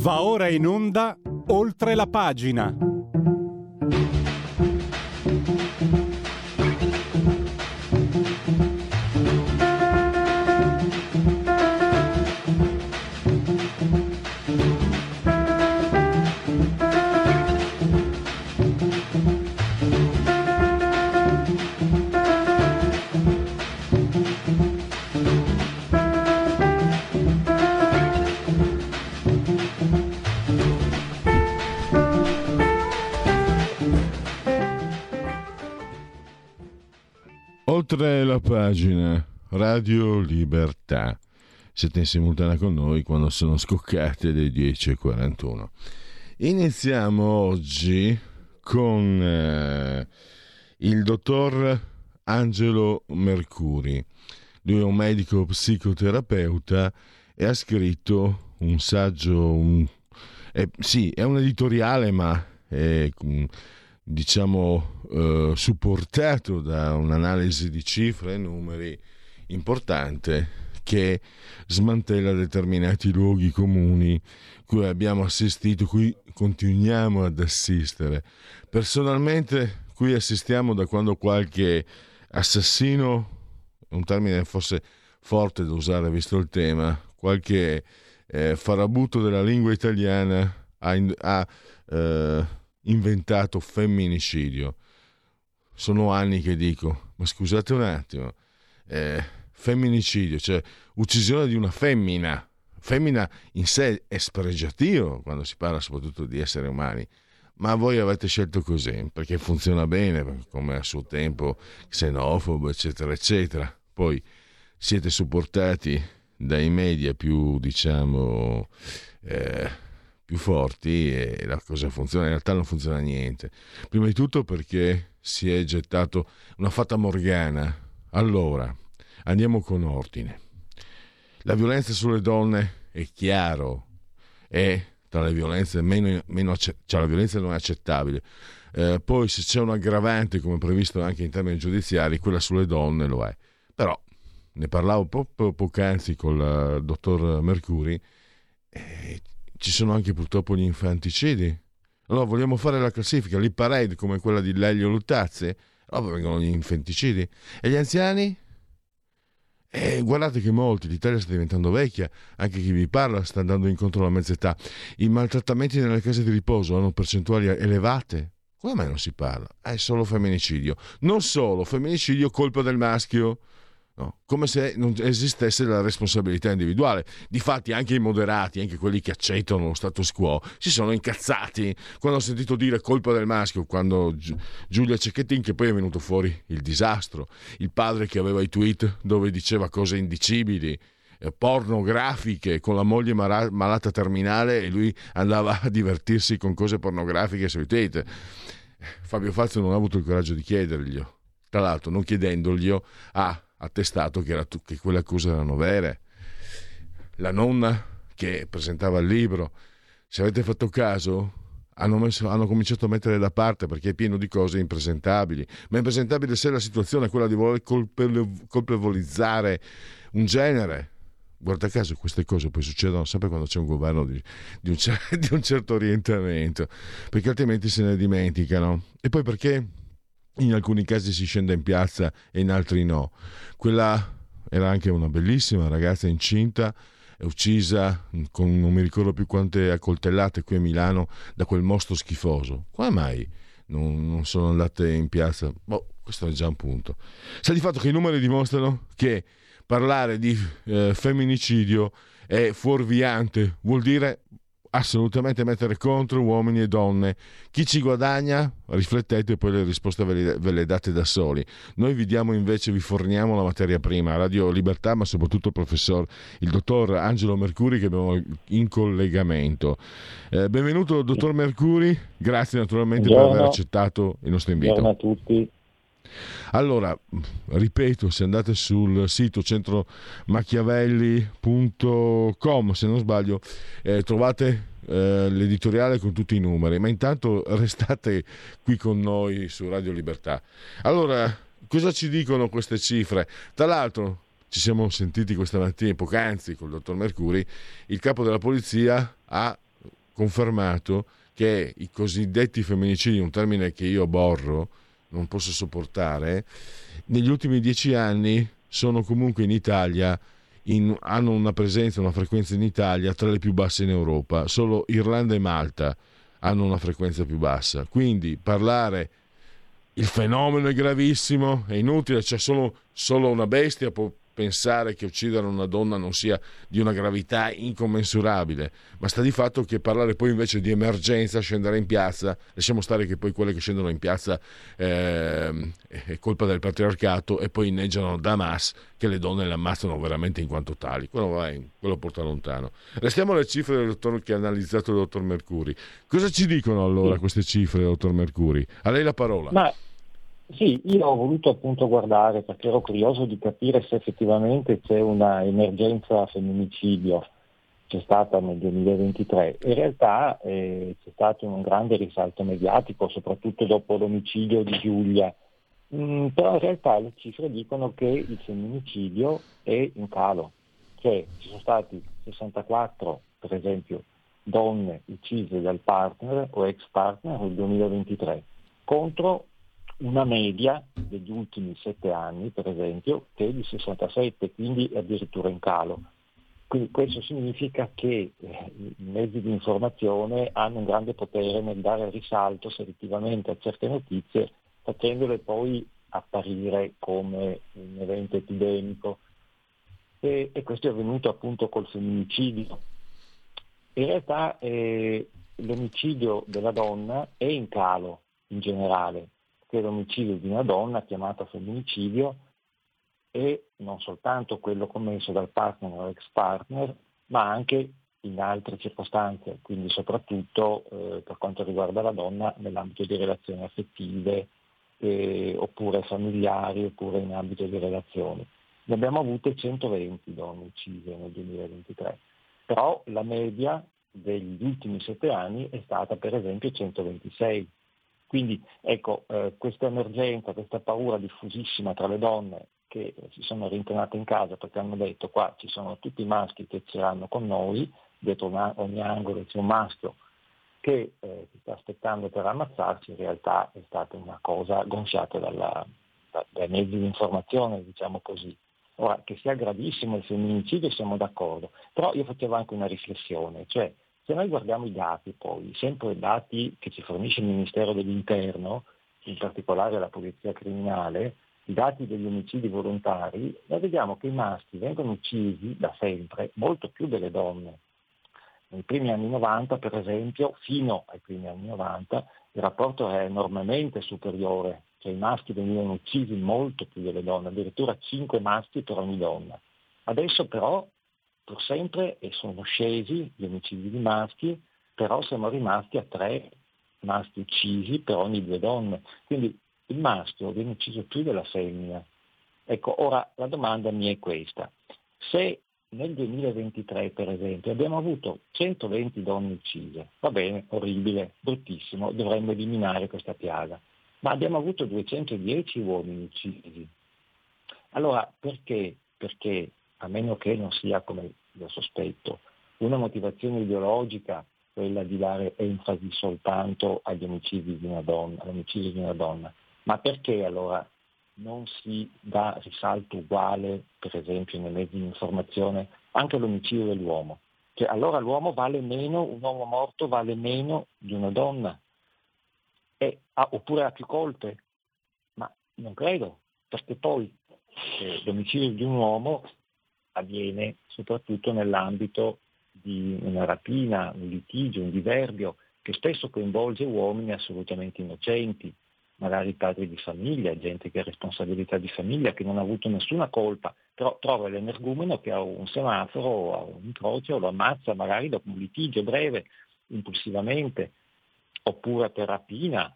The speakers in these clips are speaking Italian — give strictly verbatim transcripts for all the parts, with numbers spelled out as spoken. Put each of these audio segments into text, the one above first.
Va ora in onda Oltre la pagina. Oltre la pagina, Radio Libertà. Siete in simultanea con noi quando sono scoccate le dieci e quarantuno. Iniziamo oggi con eh, il dottor Angelo Mercuri. Lui è un medico psicoterapeuta e ha scritto un saggio, un, eh, sì, è un editoriale, ma è, diciamo, eh, supportato da un'analisi di cifre e numeri importante, che smantella determinati luoghi comuni cui abbiamo assistito, cui continuiamo ad assistere. Personalmente qui assistiamo da quando qualche assassino, un termine forse forte da usare visto il tema, qualche eh, farabuto della lingua italiana ha, in, ha eh, inventato femminicidio. Sono anni che dico, ma scusate un attimo, eh, femminicidio, cioè uccisione di una femmina. Femmina in sé è spregiativo quando si parla soprattutto di esseri umani, ma voi avete scelto così perché funziona bene, come a suo tempo xenofobo, eccetera eccetera. Poi siete supportati dai media più, diciamo, eh, più forti e la cosa funziona. In realtà non funziona niente. Prima di tutto perché si è gettato una fata morgana. Allora, andiamo con ordine. La violenza sulle donne è chiaro, è tra le violenze meno, meno accett- cioè la violenza non è accettabile. Eh, poi se c'è un aggravante, come previsto anche in termini giudiziari, quella sulle donne lo è. Però ne parlavo proprio poc'anzi con il dottor Mercuri, e ci sono anche purtroppo gli infanticidi. Allora vogliamo fare la classifica, l'hit parade come quella di Lelio Luttazzi? Allora vengono gli infanticidi. E gli anziani? E guardate che molti, l'Italia sta diventando vecchia, anche chi vi parla sta andando incontro alla mezza età. I maltrattamenti nelle case di riposo hanno percentuali elevate. Come mai non si parla? È solo femminicidio. Non solo, femminicidio colpa del maschio. No, come se non esistesse la responsabilità individuale. Difatti anche i moderati, anche quelli che accettano lo status quo, si sono incazzati quando ho sentito dire colpa del maschio, quando Gi- Giulia Cecchettin, che poi è venuto fuori il disastro, il padre che aveva i tweet dove diceva cose indicibili, eh, pornografiche, con la moglie mara- malata terminale, e lui andava a divertirsi con cose pornografiche sui tweet. Fabio Fazio non ha avuto il coraggio di chiederglielo, tra l'altro non chiedendoglielo ha attestato che, era tu, che quelle accuse erano vere. La nonna che presentava il libro, se avete fatto caso, hanno, messo, hanno cominciato a mettere da parte perché è pieno di cose impresentabili. Ma impresentabile se la situazione è quella di voler colpevolizzare un genere. Guarda caso queste cose poi succedono sempre quando c'è un governo di, di, un, di un certo orientamento, perché altrimenti se ne dimenticano. E poi perché in alcuni casi si scende in piazza e in altri no. Quella era anche una bellissima ragazza incinta, uccisa con non mi ricordo più quante accoltellate qui a Milano da quel mostro schifoso. Come mai non, non sono andate in piazza? Boh, questo è già un punto. Sta di fatto che i numeri dimostrano che parlare di eh, femminicidio è fuorviante, vuol dire assolutamente mettere contro uomini e donne. Chi ci guadagna? Riflettete e poi le risposte ve le, ve le date da soli. Noi vi diamo invece, vi forniamo la materia prima, Radio Libertà, ma soprattutto il professor, il dottor Angelo Mercuri, che abbiamo in collegamento. Eh, benvenuto dottor Mercuri, grazie naturalmente Buongiorno. per aver accettato il nostro invito. Buongiorno a tutti. Allora, ripeto, se andate sul sito centro machiavelli punto com, se non sbaglio, eh, trovate eh, l'editoriale con tutti i numeri, ma intanto restate qui con noi su Radio Libertà. Allora, cosa ci dicono queste cifre? Tra l'altro, ci siamo sentiti questa mattina, poc'anzi, col dottor Mercuri, il capo della polizia ha confermato che i cosiddetti femminicidi, un termine che io aborro, non posso sopportare, negli ultimi dieci anni sono comunque in Italia, in, hanno una presenza, una frequenza in Italia tra le più basse in Europa. Solo Irlanda e Malta hanno una frequenza più bassa. Quindi parlare il fenomeno è gravissimo, è inutile, c'è solo, solo una bestia può pensare che uccidere una donna non sia di una gravità incommensurabile, ma sta di fatto che parlare poi invece di emergenza, scendere in piazza, lasciamo stare che poi quelle che scendono in piazza eh, è colpa del patriarcato e poi inneggiano da Hamas che le donne le ammazzano veramente in quanto tali. Quello, vai, quello porta lontano. Restiamo alle cifre del dottor, che ha analizzato il dottor Mercuri. Cosa ci dicono allora Sì. queste cifre, dottor Mercuri? A lei la parola. Ma sì, io ho voluto appunto guardare perché ero curioso di capire se effettivamente c'è una emergenza femminicidio, c'è stata nel duemilaventitré. In realtà eh, c'è stato un grande risalto mediatico, soprattutto dopo l'omicidio di Giulia, mm, però in realtà le cifre dicono che il femminicidio è in calo, cioè ci sono stati sessantaquattro, per esempio, donne uccise dal partner o ex partner nel duemilaventitré, contro una media degli ultimi sette anni, per esempio, che è di sessantasette, quindi addirittura in calo. Quindi questo significa che eh, i mezzi di informazione hanno un grande potere nel dare risalto selettivamente a certe notizie, facendole poi apparire come un evento epidemico. E, e questo è avvenuto appunto col femminicidio. In realtà eh, l'omicidio della donna è in calo in generale, che l'omicidio di una donna chiamato femminicidio è non soltanto quello commesso dal partner o ex partner, ma anche in altre circostanze, quindi soprattutto eh, per quanto riguarda la donna nell'ambito di relazioni affettive eh, oppure familiari oppure in ambito di relazioni. Ne abbiamo avute centoventi donne uccise nel duemilaventitré, però la media degli ultimi sette anni è stata per esempio centoventisei. Quindi ecco, eh, questa emergenza, questa paura diffusissima tra le donne che eh, si sono rintanate in casa perché hanno detto qua ci sono tutti i maschi che ce l'hanno con noi, dietro una, ogni angolo c'è un maschio che eh, si sta aspettando per ammazzarci, in realtà è stata una cosa gonfiata dalla, da, dai mezzi di informazione, diciamo così. Ora, che sia gravissimo il femminicidio siamo d'accordo, però io facevo anche una riflessione, cioè se noi guardiamo i dati poi, sempre i dati che ci fornisce il Ministero dell'Interno, in particolare la Polizia Criminale, i dati degli omicidi volontari, noi vediamo che i maschi vengono uccisi da sempre molto più delle donne. Nei primi anni novanta, per esempio, fino ai primi anni novanta, il rapporto era enormemente superiore, cioè i maschi venivano uccisi molto più delle donne, addirittura cinque maschi per ogni donna. Adesso però pur sempre e sono scesi gli omicidi di maschi, però siamo rimasti a tre maschi uccisi per ogni due donne. Quindi il maschio viene ucciso più della femmina. Ecco, ora la domanda mia è questa. Se nel duemilaventitré, per esempio, abbiamo avuto centoventi donne uccise, va bene, orribile, bruttissimo, dovremmo eliminare questa piaga, ma abbiamo avuto duecentodieci uomini uccisi. Allora, perché? Perché a meno che non sia, come lo sospetto, una motivazione ideologica, quella di dare enfasi soltanto agli omicidi di una donna, all'omicidio di una donna, ma perché allora non si dà risalto uguale, per esempio nei mezzi di informazione, anche all'omicidio dell'uomo? Cioè, allora l'uomo vale meno, un uomo morto vale meno di una donna? E, ah, oppure ha più colpe? Ma non credo, perché poi eh, l'omicidio di un uomo avviene soprattutto nell'ambito di una rapina, un litigio, un diverbio che spesso coinvolge uomini assolutamente innocenti, magari padri di famiglia, gente che ha responsabilità di famiglia, che non ha avuto nessuna colpa, però trova l'energumeno che ha un semaforo, ha un incrocio, lo ammazza magari dopo un litigio breve, impulsivamente, oppure per rapina,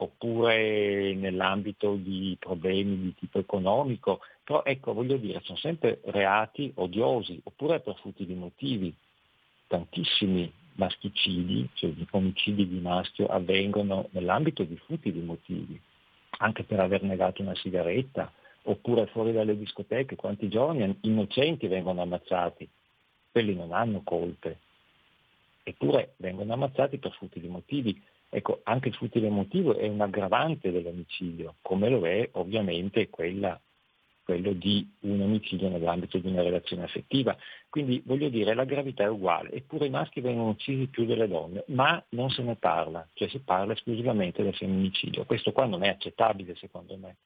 oppure nell'ambito di problemi di tipo economico. Però ecco, voglio dire, sono sempre reati odiosi, oppure per futili motivi. Tantissimi maschicidi, cioè gli omicidi di maschio, avvengono nell'ambito di futili motivi, anche per aver negato una sigaretta, oppure fuori dalle discoteche, quanti giorni innocenti vengono ammazzati, quelli non hanno colpe. eppure vengono ammazzati per futili motivi. Ecco, anche il futile motivo è un aggravante dell'omicidio, come lo è ovviamente quella, quello di un omicidio nell'ambito di una relazione affettiva. Quindi voglio dire, la gravità è uguale, eppure i maschi vengono uccisi più delle donne, ma non se ne parla, cioè si parla esclusivamente del femminicidio. Questo qua non è accettabile secondo me.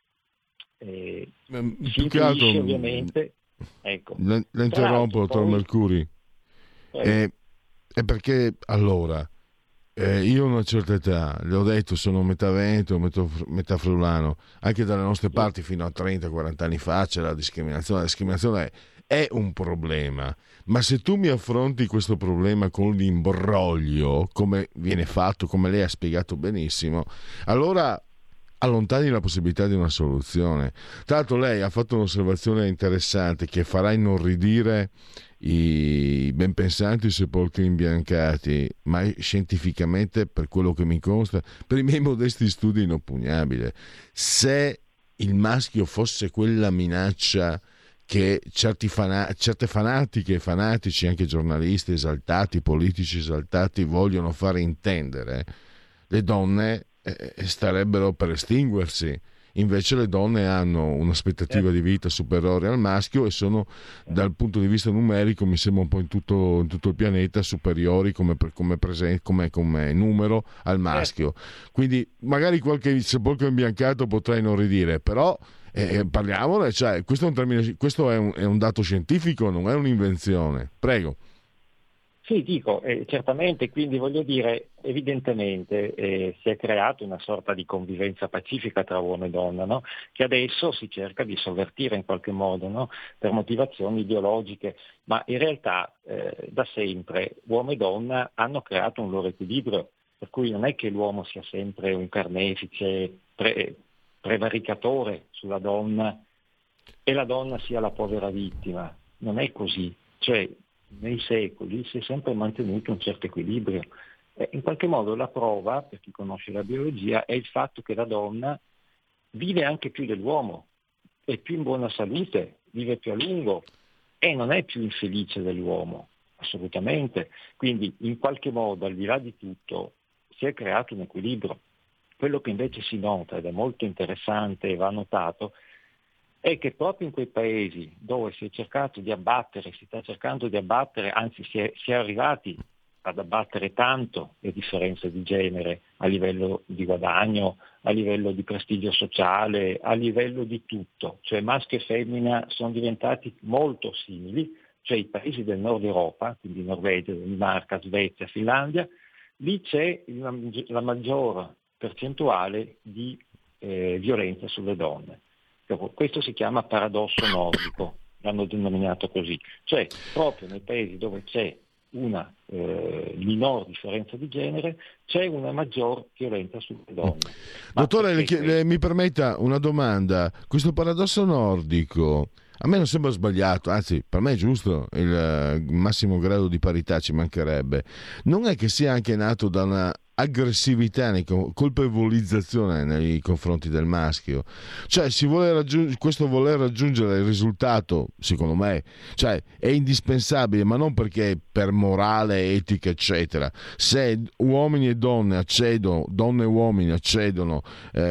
Eh, più che altro, ovviamente. Ecco. Le, le interrompo, dottor Mercuri. È, è perché allora eh, io ho una certa età, le ho detto, sono metà veneto, metà, metà friulano, anche dalle nostre parti fino a trenta quaranta anni fa c'era la discriminazione. La discriminazione è, è un problema, ma se tu mi affronti questo problema con l'imbroglio, come viene fatto, come lei ha spiegato benissimo, allora allontani la possibilità di una soluzione. Tra l'altro lei ha fatto un'osservazione interessante che farà inorridire i ben pensanti sepolcri imbiancati, ma scientificamente, per quello che mi consta, per i miei modesti studi inoppugnabile. Se il maschio fosse quella minaccia che certi fana- certe fanatiche e fanatici, anche giornalisti esaltati, politici esaltati, vogliono fare intendere, le donne eh, starebbero per estinguersi. Invece le donne hanno un'aspettativa di vita superiore al maschio e sono, dal punto di vista numerico, mi sembra un po' in tutto, in tutto il pianeta, superiori come, come, presen- come, come numero al maschio. Quindi magari qualche sepolcro imbiancato potrà inorridire, però eh, parliamone, cioè, questo è un termine, questo è un, è un dato scientifico, non è un'invenzione. Prego. Sì, dico, eh, certamente, quindi voglio dire, evidentemente eh, si è creata una sorta di convivenza pacifica tra uomo e donna, no? Che adesso si cerca di sovvertire in qualche modo, no? Per motivazioni ideologiche, ma in realtà eh, da sempre uomo e donna hanno creato un loro equilibrio, per cui non è che l'uomo sia sempre un carnefice, pre- prevaricatore sulla donna e la donna sia la povera vittima, non è così, cioè nei secoli si è sempre mantenuto un certo equilibrio. Eh, in qualche modo la prova, per chi conosce la biologia, è il fatto che la donna vive anche più dell'uomo, è più in buona salute, vive più a lungo e non è più infelice dell'uomo, assolutamente. Quindi in qualche modo, al di là di tutto, si è creato un equilibrio. Quello che invece si nota, ed è molto interessante e va notato, è che proprio in quei paesi dove si è cercato di abbattere, si sta cercando di abbattere, anzi si è, si è arrivati ad abbattere tanto le differenze di genere a livello di guadagno, a livello di prestigio sociale, a livello di tutto, cioè maschio e femmina sono diventati molto simili, cioè i paesi del nord Europa, quindi Norvegia, Danimarca, Svezia, Finlandia, lì c'è la, la maggior percentuale di eh, violenza sulle donne. Questo si chiama paradosso nordico, l'hanno denominato così, cioè proprio nei paesi dove c'è una eh, minor differenza di genere c'è una maggior violenza sulle donne. Dottore, le, le, mi permetta una domanda, questo paradosso nordico a me non sembra sbagliato, anzi per me è giusto, il massimo grado di parità ci mancherebbe, non è che sia anche nato da una aggressività, colpevolizzazione nei confronti del maschio, cioè si vuole raggiungere questo voler raggiungere il risultato, secondo me, cioè è indispensabile, ma non perché per morale, etica eccetera. Se uomini e donne accedono, donne e uomini accedono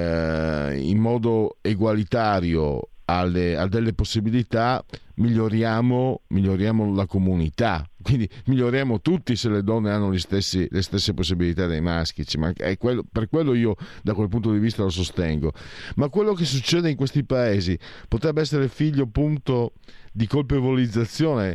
eh, in modo egualitario alle, a delle possibilità, miglioriamo, miglioriamo la comunità, quindi miglioriamo tutti se le donne hanno gli stessi, le stesse possibilità dei maschi. È quello, per quello io da quel punto di vista lo sostengo, ma quello che succede in questi paesi potrebbe essere figlio appunto di colpevolizzazione.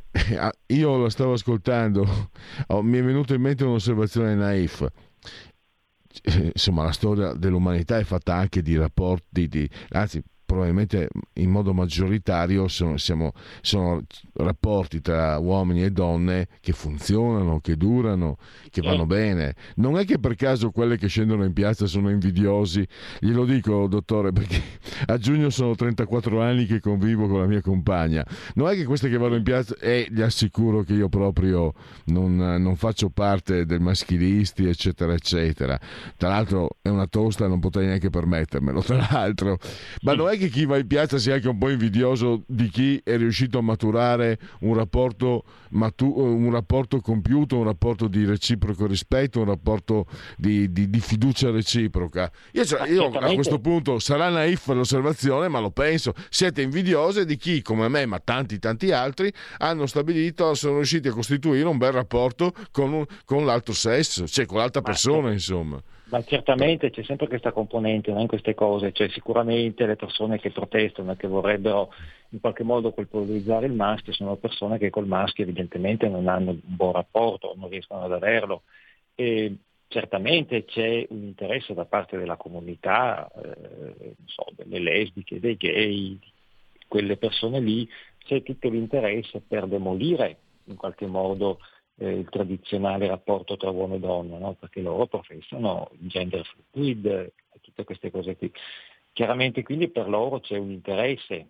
Io lo stavo ascoltando, mi è venuto in mente un'osservazione naif. Insomma, la storia dell'umanità è fatta anche di rapporti, di, anzi probabilmente in modo maggioritario sono, siamo, sono rapporti tra uomini e donne che funzionano, che durano, che vanno bene. Non è che per caso quelle che scendono in piazza sono invidiosi, glielo dico dottore perché a giugno sono trentaquattro anni che convivo con la mia compagna, non è che queste che vanno in piazza, e gli assicuro che io proprio non, non faccio parte del maschilisti eccetera eccetera, tra l'altro è una tosta, non potrei neanche permettermelo, tra l'altro, ma non è che che chi va in piazza sia anche un po' invidioso di chi è riuscito a maturare un rapporto, matu- un rapporto compiuto, un rapporto di reciproco rispetto, un rapporto di, di, di fiducia reciproca. Io, cioè, io a questo punto sarà naif l'osservazione, ma lo penso, siete invidiose di chi come me, ma tanti tanti altri, hanno stabilito, sono riusciti a costituire un bel rapporto con, un, con l'altro sesso, cioè con l'altra persona, insomma. Ma certamente c'è sempre questa componente, no, in queste cose, cioè sicuramente le persone che protestano, che vorrebbero in qualche modo colpevolizzare il maschio, sono persone che col maschio evidentemente non hanno un buon rapporto, non riescono ad averlo. E certamente c'è un interesse da parte della comunità, eh, non so, delle lesbiche, dei gay, quelle persone lì, c'è tutto l'interesse per demolire in qualche modo Eh, il tradizionale rapporto tra uomo e donna, no? Perché loro professano il gender fluid e tutte queste cose qui. Chiaramente quindi per loro c'è un interesse.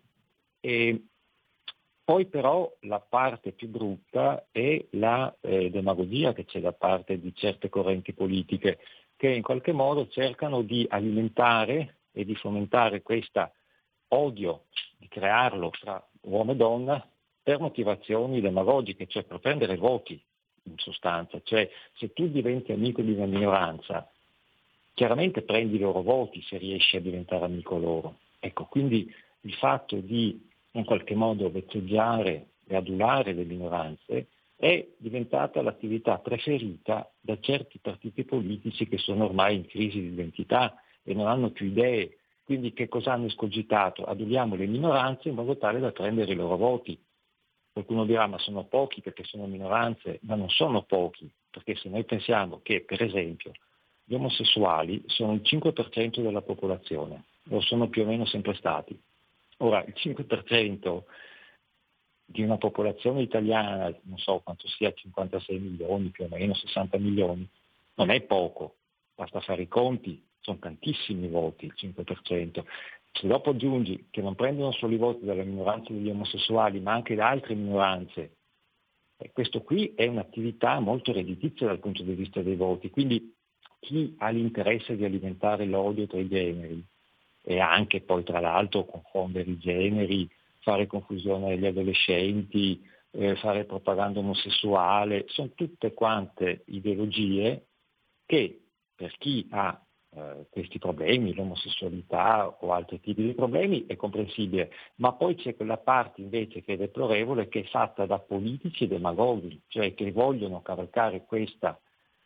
E poi però la parte più brutta è la eh, demagogia che c'è da parte di certe correnti politiche che in qualche modo cercano di alimentare e di fomentare questo odio, di crearlo tra uomo e donna per motivazioni demagogiche, cioè per prendere voti. In sostanza, cioè se tu diventi amico di una minoranza, chiaramente prendi i loro voti se riesci a diventare amico loro. Ecco, quindi il fatto di in qualche modo vezzeggiare e adulare le minoranze è diventata l'attività preferita da certi partiti politici che sono ormai in crisi di identità e non hanno più idee. Quindi che cosa hanno escogitato? Aduliamo le minoranze in modo tale da prendere i loro voti. Qualcuno dirà ma sono pochi perché sono minoranze, ma non sono pochi, perché se noi pensiamo che per esempio gli omosessuali sono il cinque per cento della popolazione, lo sono più o meno sempre stati. Ora il cinque per cento di una popolazione italiana, non so quanto sia, cinquantasei milioni più o meno, sessanta milioni, non è poco, basta fare i conti, sono tantissimi voti il cinque per cento. Se dopo aggiungi che non prendono solo i voti dalla minoranza degli omosessuali, ma anche da altre minoranze, eh, questo qui è un'attività molto redditizia dal punto di vista dei voti. Quindi chi ha l'interesse di alimentare l'odio tra i generi e anche poi tra l'altro confondere i generi, fare confusione agli adolescenti, eh, fare propaganda omosessuale, sono tutte quante ideologie che per chi ha Uh, questi problemi, l'omosessualità o altri tipi di problemi, è comprensibile, ma poi c'è quella parte invece che è deplorevole, che è fatta da politici e demagoghi, cioè che vogliono cavalcare questa,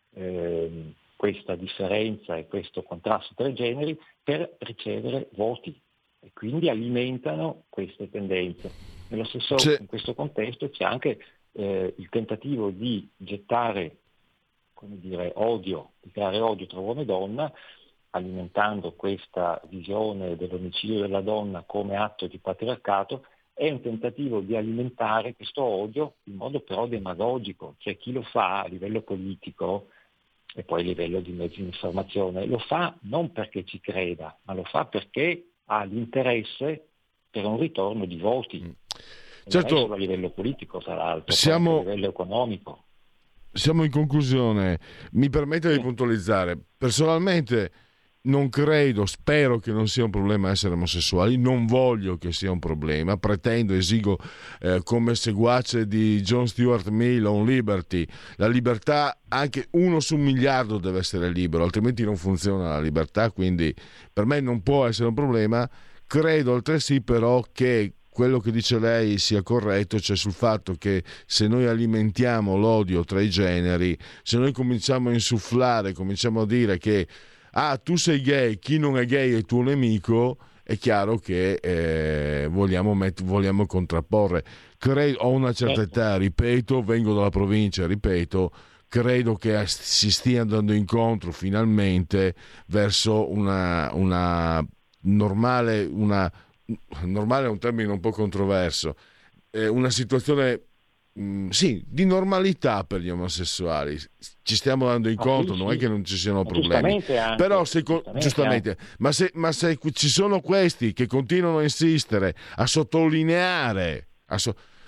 eh, questa differenza e questo contrasto tra i generi per ricevere voti e quindi alimentano queste tendenze. Nello stesso, c'è... in questo contesto c'è anche eh, il tentativo di gettare, come dire, odio, di creare odio tra uomo e donna, alimentando questa visione dell'omicidio della donna come atto di patriarcato, è un tentativo di alimentare questo odio in modo però demagogico, cioè chi lo fa a livello politico e poi a livello di mezzi di informazione, lo fa non perché ci creda, ma lo fa perché ha l'interesse per un ritorno di voti. Mm. Certo, non solo a livello politico, tra l'altro, siamo... anche a livello economico. Siamo in conclusione, mi permette di puntualizzare, personalmente non credo, spero che non sia un problema essere omosessuali, non voglio che sia un problema, pretendo, esigo eh, come seguace di John Stuart Mill on Liberty, la libertà, anche uno su un miliardo deve essere libero, altrimenti non funziona la libertà, quindi per me non può essere un problema. Credo altresì però che quello che dice lei sia corretto, cioè sul fatto che se noi alimentiamo l'odio tra i generi, se noi cominciamo a insufflare, cominciamo a dire che ah, tu sei gay, chi non è gay è tuo nemico, è chiaro che eh, vogliamo, met- vogliamo contrapporre. Credo, ho una certa età, ripeto, vengo dalla provincia, ripeto, credo che si stia andando incontro finalmente verso una, una normale, una normale è un termine un po' controverso, eh, una situazione mh, sì, di normalità per gli omosessuali. Ci stiamo dando incontro, ah, sì, non sì. è che non ci siano ma problemi, anche, però se, giustamente, giustamente ma, se, ma se ci sono questi che continuano a insistere, a sottolineare, a so,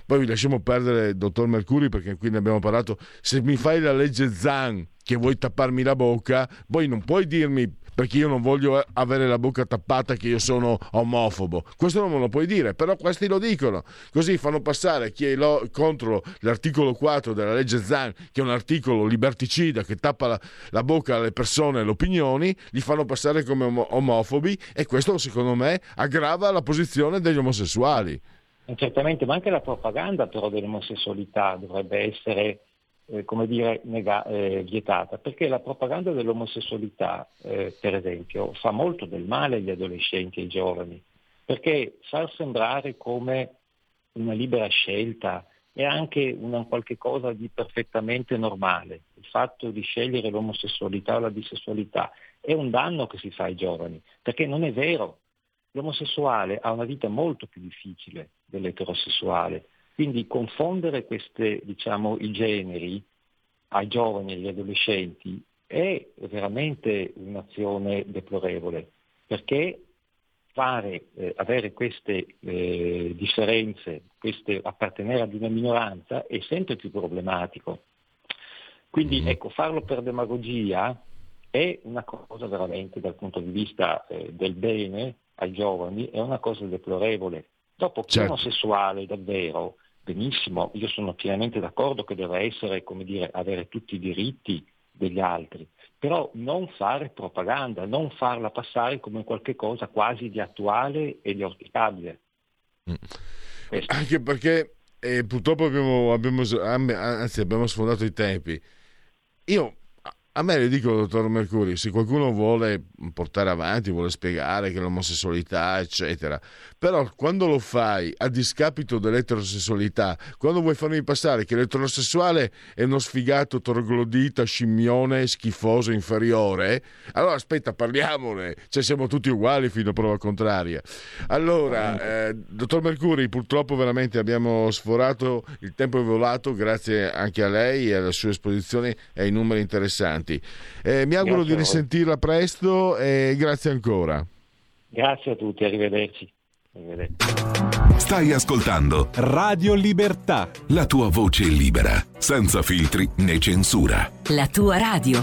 Poi vi lasciamo perdere il dottor Mercuri, perché qui ne abbiamo parlato. Se mi fai la legge Zan che vuoi tapparmi la bocca, poi non puoi dirmi, perché io non voglio avere la bocca tappata, che io sono omofobo. Questo non me lo puoi dire, però questi lo dicono. Così fanno passare chi è lo, contro l'articolo quattro della legge Zan, che è un articolo liberticida che tappa la, la bocca alle persone e alle opinioni, li fanno passare come om- omofobi, e questo secondo me aggrava la posizione degli omosessuali. Certamente, ma anche la propaganda però dell'omosessualità dovrebbe essere Eh, come dire, nega- eh, vietata, perché la propaganda dell'omosessualità, eh, per esempio, fa molto del male agli adolescenti e ai giovani, perché far sembrare come una libera scelta è anche una qualche cosa di perfettamente normale. Il fatto di scegliere l'omosessualità o la bisessualità è un danno che si fa ai giovani, perché non è vero. L'omosessuale ha una vita molto più difficile dell'eterosessuale. Quindi confondere queste, diciamo, i generi ai giovani e agli adolescenti è veramente un'azione deplorevole, perché fare, eh, avere queste eh, differenze, queste, appartenere ad una minoranza è sempre più problematico. Quindi ecco, farlo per demagogia è una cosa veramente, dal punto di vista eh, del bene ai giovani, è una cosa deplorevole. Dopo, chi certo. è omosessuale davvero, benissimo, io sono pienamente d'accordo che deve essere, come dire, avere tutti i diritti degli altri, però non fare propaganda, non farla passare come qualche cosa quasi di attuale e di auspicabile. Mm. Anche perché eh, purtroppo abbiamo, abbiamo, anzi abbiamo sfondato i tempi. Io A me le dico, dottor Mercuri, se qualcuno vuole portare avanti, vuole spiegare che l'omosessualità, eccetera, però quando lo fai a discapito dell'eterosessualità, quando vuoi farmi passare che l'eterosessuale è uno sfigato, troglodita, scimmione, schifoso, inferiore, allora aspetta, parliamone, cioè siamo tutti uguali fino a prova contraria. Allora, eh, dottor Mercuri, purtroppo veramente abbiamo sforato, il tempo è volato, grazie anche a lei e alle sue esposizioni e ai numeri interessanti. Eh, mi auguro Grazie di risentirla presto e grazie ancora. Grazie a tutti, arrivederci. Arrivederci. Stai ascoltando Radio Libertà, la tua voce libera, senza filtri né censura. La tua radio.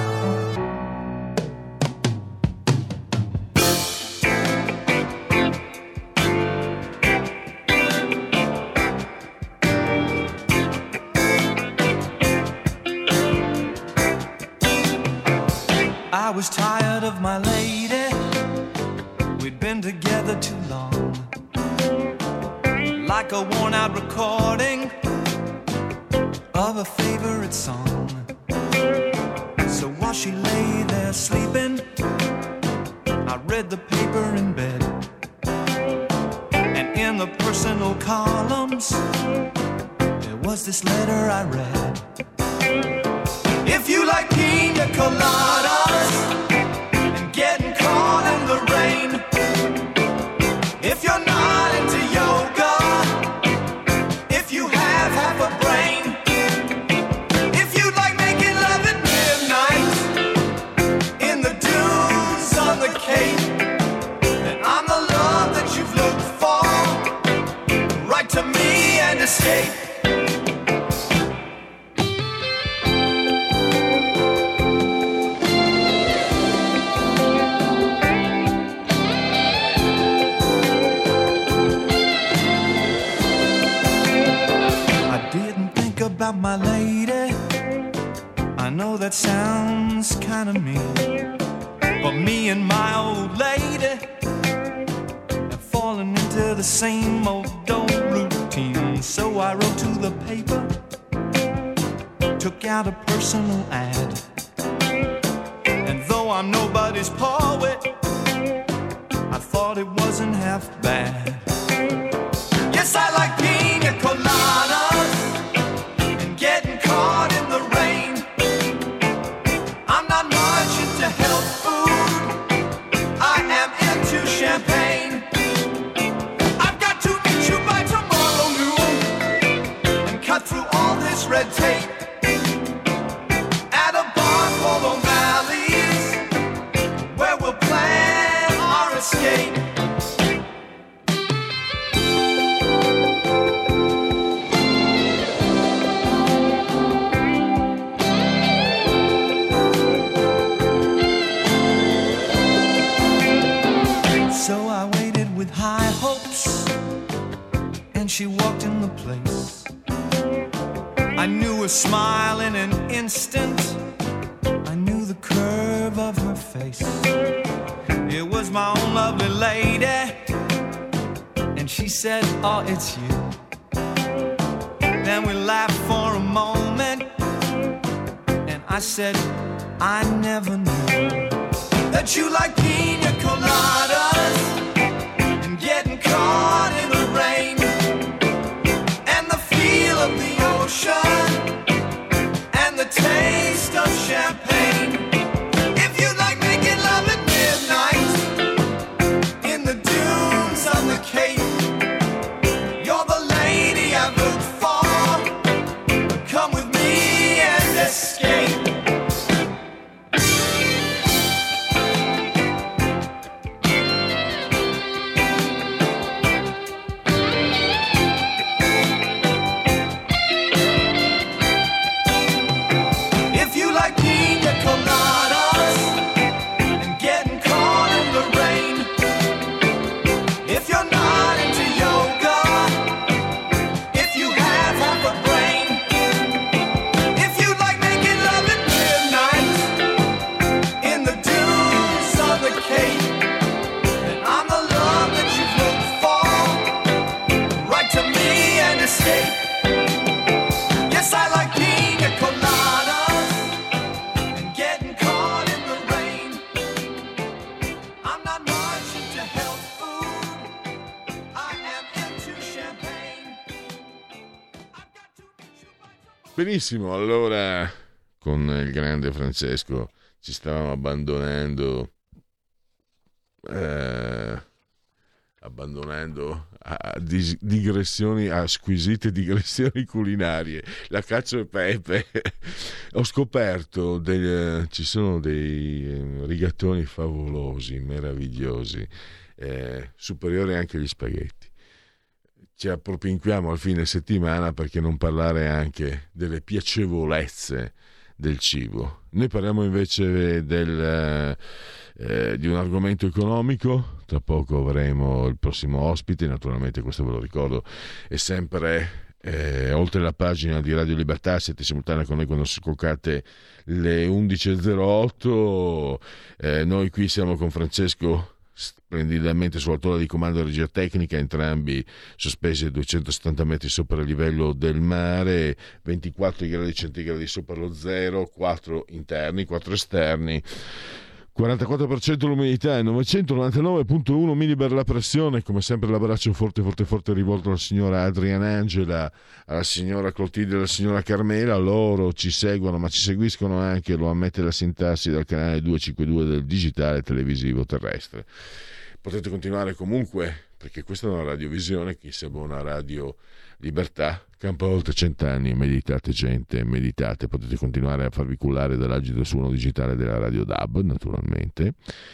I was tired of my lady, we'd been together too long, like a worn out recording of a favorite song. So while she lay there sleeping, I read the paper in bed, and in the personal columns there was this letter I read. If you like pina coladas and getting caught in the rain, if you're not into yoga, if you have half a brain, if you like making love at midnight in the dunes on the Cape, then I'm the love that you've looked for. Write to me and escape. About my lady, I know that sounds kind of mean, but me and my old lady have fallen into the same old old routine. So I wrote to the paper, took out a personal ad, and though I'm nobody's poet, I thought it wasn't half bad. Yes, I like pina coladas, caught in the rain. I'm not much into health food, I am into champagne. I've got to meet you by tomorrow noon and cut through all this red tape at a bar called O'Malley's, where we'll plan our escape. when she walked in the place. I knew her smile in an instant. I knew the curve of her face. It was my own lovely lady. And she said, oh, it's you. Then we laughed for a moment. And I said, I never knew that you like pina coladas and getting caught in the rain and the feel of the ocean and the taste of champagne. If you like making love at midnight in the dunes of the Cape, you're the lady I've looked for. Come with me and escape. Benissimo, allora con il grande Francesco ci stavamo abbandonando eh, abbandonando a dis- digressioni, a squisite digressioni culinarie, la cacio e pepe. Ho scoperto dei, ci sono dei rigatoni favolosi, meravigliosi, eh, superiori anche agli spaghetti. Ci appropinquiamo al fine settimana, perché non parlare anche delle piacevolezze del cibo. Noi parliamo invece del, eh, di un argomento economico. Tra poco avremo il prossimo ospite, naturalmente questo ve lo ricordo, è sempre eh, oltre la pagina di Radio Libertà. Siete simultanei con noi quando scoccate le undici e zero otto. Eh, noi qui siamo con Francesco splendidamente sulla tolla di comando e regia tecnica, entrambi sospesi a duecentosettanta metri sopra il livello del mare, ventiquattro gradi centigradi sopra lo zero, quattro interni, quattro esterni, quarantaquattro per cento l'umidità e novecentonovantanove virgola uno millibar la pressione. Come sempre l'abbraccio forte forte forte rivolto alla signora Adriana Angela, alla signora Clotilde e alla signora Carmela. Loro ci seguono, ma ci seguiscono anche, lo ammette la sintassi, dal canale duecentocinquantadue del digitale televisivo terrestre. Potete continuare comunque, perché questa è una radiovisione, chi si abbona a Radio Libertà campa oltre cent'anni. Meditate gente, meditate. Potete continuare a farvi cullare dall'agido suono digitale della Radio D A B, naturalmente,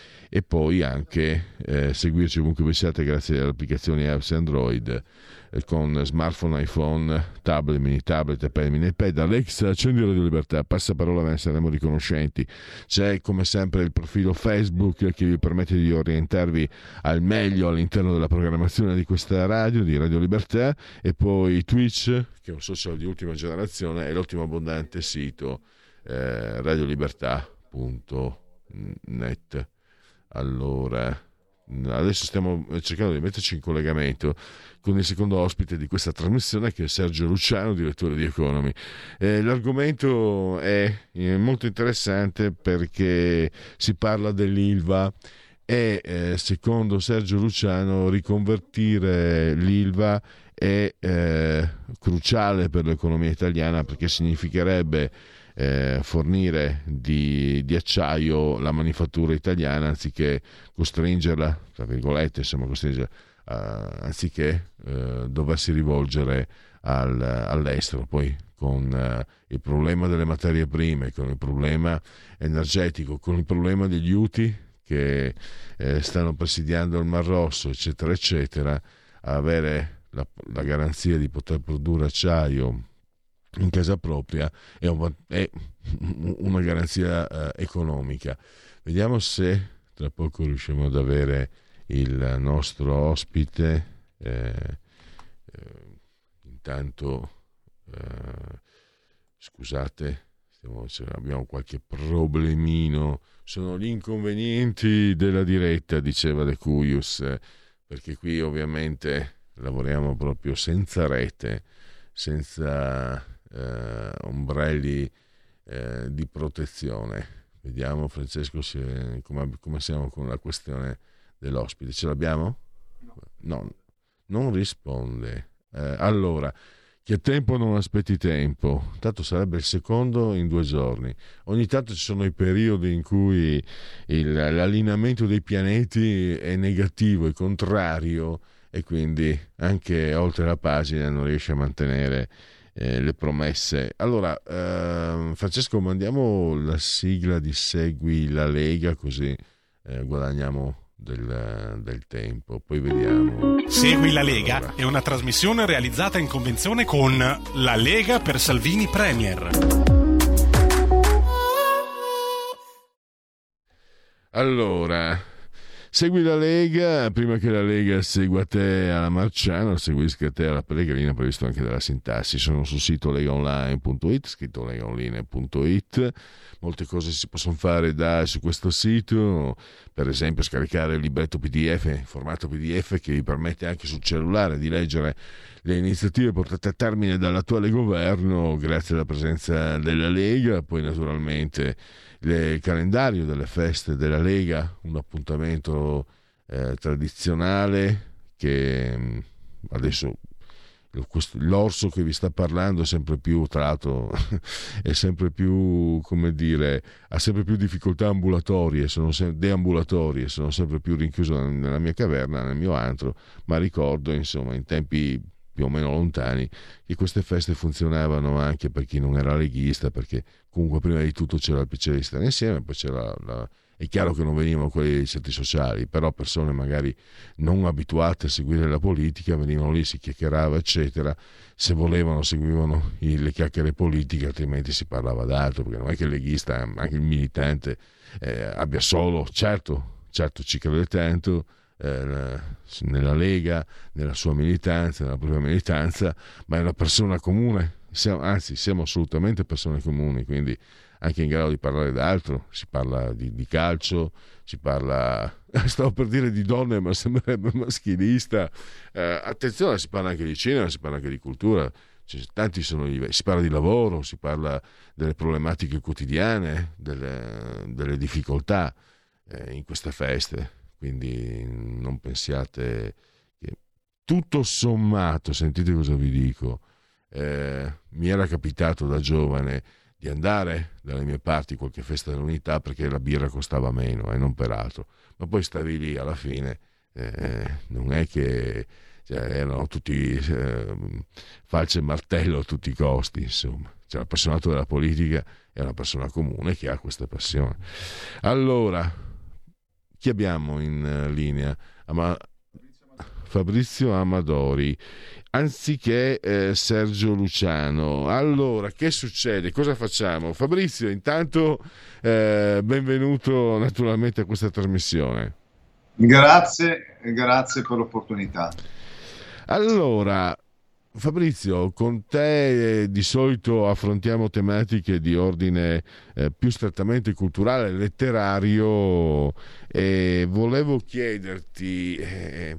e poi anche eh, seguirci ovunque vi siate grazie alle applicazioni apps Android, eh, con smartphone, iPhone, tablet, mini tablet, iPad, mini iPad. Alexa, accendi Radio Libertà, passaparola, ne saremo riconoscenti. C'è come sempre il profilo Facebook che vi permette di orientarvi al meglio all'interno della programmazione di questa radio, di Radio Libertà, e poi Twitch, che è un social di ultima generazione, e l'ottimo abbondante sito eh, radiolibertà punto net. Allora, adesso stiamo cercando di metterci in collegamento con il secondo ospite di questa trasmissione, che è Sergio Luciano, direttore di Economy. Eh, l'argomento è, è molto interessante perché si parla dell'Ilva e eh, secondo Sergio Luciano riconvertire l'Ilva è eh, cruciale per l'economia italiana, perché significherebbe Eh, fornire di, di acciaio la manifattura italiana, anziché costringerla, tra virgolette, insomma, costringerla, uh, anziché uh, doversi rivolgere al, all'estero. Poi con uh, il problema delle materie prime, con il problema energetico, con il problema degli Houthi che eh, stanno presidiando il Mar Rosso, eccetera, eccetera, avere la, la garanzia di poter produrre acciaio in casa propria è, un, è una garanzia uh, economica. Vediamo se tra poco riusciamo ad avere il nostro ospite. Eh, eh, intanto eh, scusate, stiamo, abbiamo qualche problemino, sono gli inconvenienti della diretta, diceva De Cuius, perché qui ovviamente lavoriamo proprio senza rete, senza eh, ombrelli eh, di protezione. Vediamo, Francesco, se, come, come siamo con la questione dell'ospite. Ce l'abbiamo? No, non risponde. Eh, allora, che tempo non aspetti tempo, tanto sarebbe il secondo in due giorni. Ogni tanto ci sono i periodi in cui il, l'allineamento dei pianeti è negativo, è contrario, e quindi anche oltre la pagina non riesce a mantenere eh, le promesse. Allora, eh, Francesco, mandiamo la sigla di Segui la Lega, così eh, guadagniamo Del, del tempo, poi vediamo. Segui la Lega allora. È una trasmissione realizzata in convenzione con la Lega per Salvini Premier. Allora, segui la Lega, prima che la Lega segua te alla Marciano, seguisca te alla Pellegrina, previsto anche dalla sintassi. Sono sul sito legaonline punto it, scritto legaonline punto it. Molte cose si possono fare da su questo sito, per esempio scaricare il libretto P D F, in formato P D F, che vi permette anche sul cellulare di leggere le iniziative portate a termine dall'attuale governo grazie alla presenza della Lega. Poi naturalmente il calendario delle feste della Lega, un appuntamento eh, tradizionale che adesso l'orso che vi sta parlando è sempre più, tra l'altro è sempre più, come dire, ha sempre più difficoltà ambulatorie, sono se- deambulatorie, sono sempre più rinchiuso nella mia caverna, nel mio antro, ma ricordo insomma in tempi più o meno lontani che queste feste funzionavano anche per chi non era leghista, perché comunque prima di tutto c'era il piacere di stare insieme, poi c'era la... È chiaro che non venivano quelli dei centri sociali, però persone magari non abituate a seguire la politica venivano lì, si chiacchierava eccetera, se volevano seguivano le chiacchiere politiche, altrimenti si parlava d'altro, perché non è che il leghista, anche il militante eh, abbia solo, certo, certo ci crede tanto eh, nella Lega, nella sua militanza, nella propria militanza, ma è una persona comune, siamo, anzi siamo assolutamente persone comuni, quindi anche in grado di parlare d'altro, si parla di, di calcio, si parla, stavo per dire di donne, ma sembrerebbe maschilista, eh, attenzione, si parla anche di cinema, si parla anche di cultura, cioè, tanti sono i, si parla di lavoro, si parla delle problematiche quotidiane, delle, delle difficoltà eh, in queste feste, quindi non pensiate che tutto sommato, sentite cosa vi dico, eh, mi era capitato da giovane di andare dalle mie parti qualche festa dell'unità perché la birra costava meno e non per altro, ma poi stavi lì alla fine, eh, non è che cioè, erano tutti eh, falce e martello a tutti i costi, insomma, cioè, l'appassionato della politica è una persona comune che ha questa passione. Allora, chi abbiamo in linea? Ama- Fabrizio Amadori anziché eh, Sergio Luciano. Allora, che succede? Cosa facciamo? Fabrizio, intanto eh, benvenuto naturalmente a questa trasmissione. Grazie, grazie per l'opportunità. Allora, Fabrizio, con te eh, di solito affrontiamo tematiche di ordine eh, più strettamente culturale, letterario, e volevo chiederti... Eh,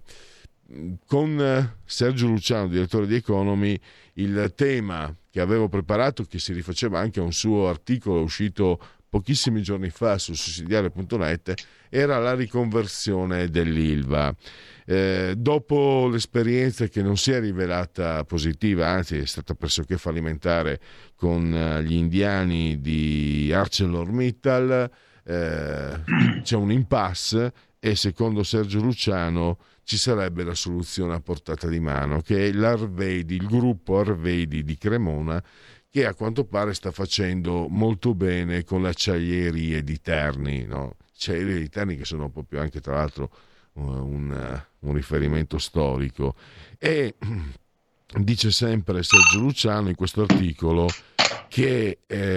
con Sergio Luciano, direttore di Economy, il tema che avevo preparato, che si rifaceva anche a un suo articolo uscito pochissimi giorni fa su sussidiario punto net, era la riconversione dell'Ilva. Eh, dopo l'esperienza che non si è rivelata positiva, anzi è stata pressoché fallimentare con gli indiani di ArcelorMittal, eh, c'è un impasse e secondo Sergio Luciano ci sarebbe la soluzione a portata di mano, che è l'Arvedi, il gruppo Arvedi di Cremona, che a quanto pare sta facendo molto bene con le acciaierie di Terni, no? Acciaierie di Terni che sono proprio anche tra l'altro un, un riferimento storico. E dice sempre Sergio Luciano in questo articolo che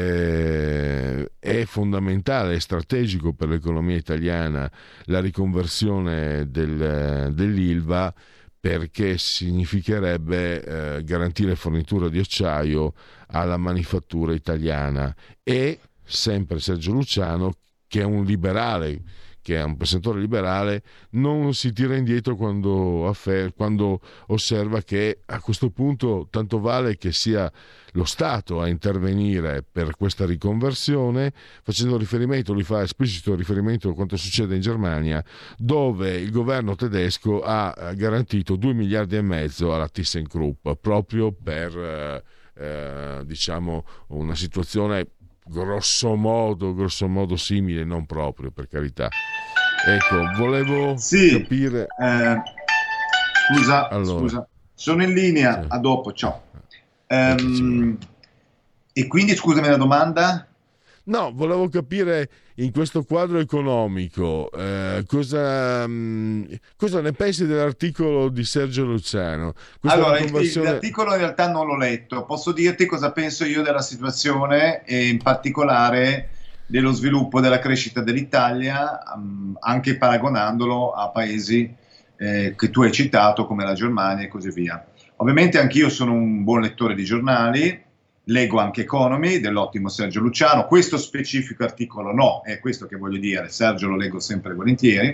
eh, è fondamentale, è strategico per l'economia italiana la riconversione del, dell'Ilva, perché significherebbe eh, garantire fornitura di acciaio alla manifattura italiana. E sempre Sergio Luciano, che è un liberale, che è un pensatore liberale, non si tira indietro quando, affer- quando osserva che a questo punto tanto vale che sia lo Stato a intervenire per questa riconversione, facendo riferimento, lui fa esplicito riferimento a quanto succede in Germania, dove il governo tedesco ha garantito due miliardi e mezzo alla ThyssenKrupp proprio per eh, eh, diciamo una situazione grosso modo, grosso modo simile, non proprio, per carità. Ecco, volevo sì, capire. Eh, scusa, allora. scusa, sono in linea. Sì. A dopo, ciao. Um, e quindi, scusami la domanda. No, volevo capire in questo quadro economico eh, cosa, mh, cosa ne pensi dell'articolo di Sergio Luciano? Questa Allora, riconversione... l'articolo in realtà non l'ho letto, posso dirti cosa penso io della situazione e in particolare dello sviluppo della crescita dell'Italia, um, anche paragonandolo a paesi eh, che tu hai citato come la Germania e così via. Ovviamente anch'io sono un buon lettore di giornali, leggo anche Economy dell'ottimo Sergio Luciano, questo specifico articolo no, è questo che voglio dire, Sergio lo leggo sempre volentieri,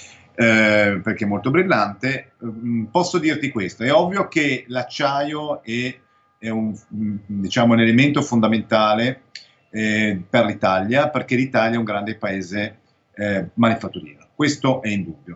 eh, perché è molto brillante. Mm, posso dirti questo, è ovvio che l'acciaio è, è un, diciamo, un elemento fondamentale eh, per l'Italia, perché l'Italia è un grande paese eh, manifatturiero, questo è indubbio.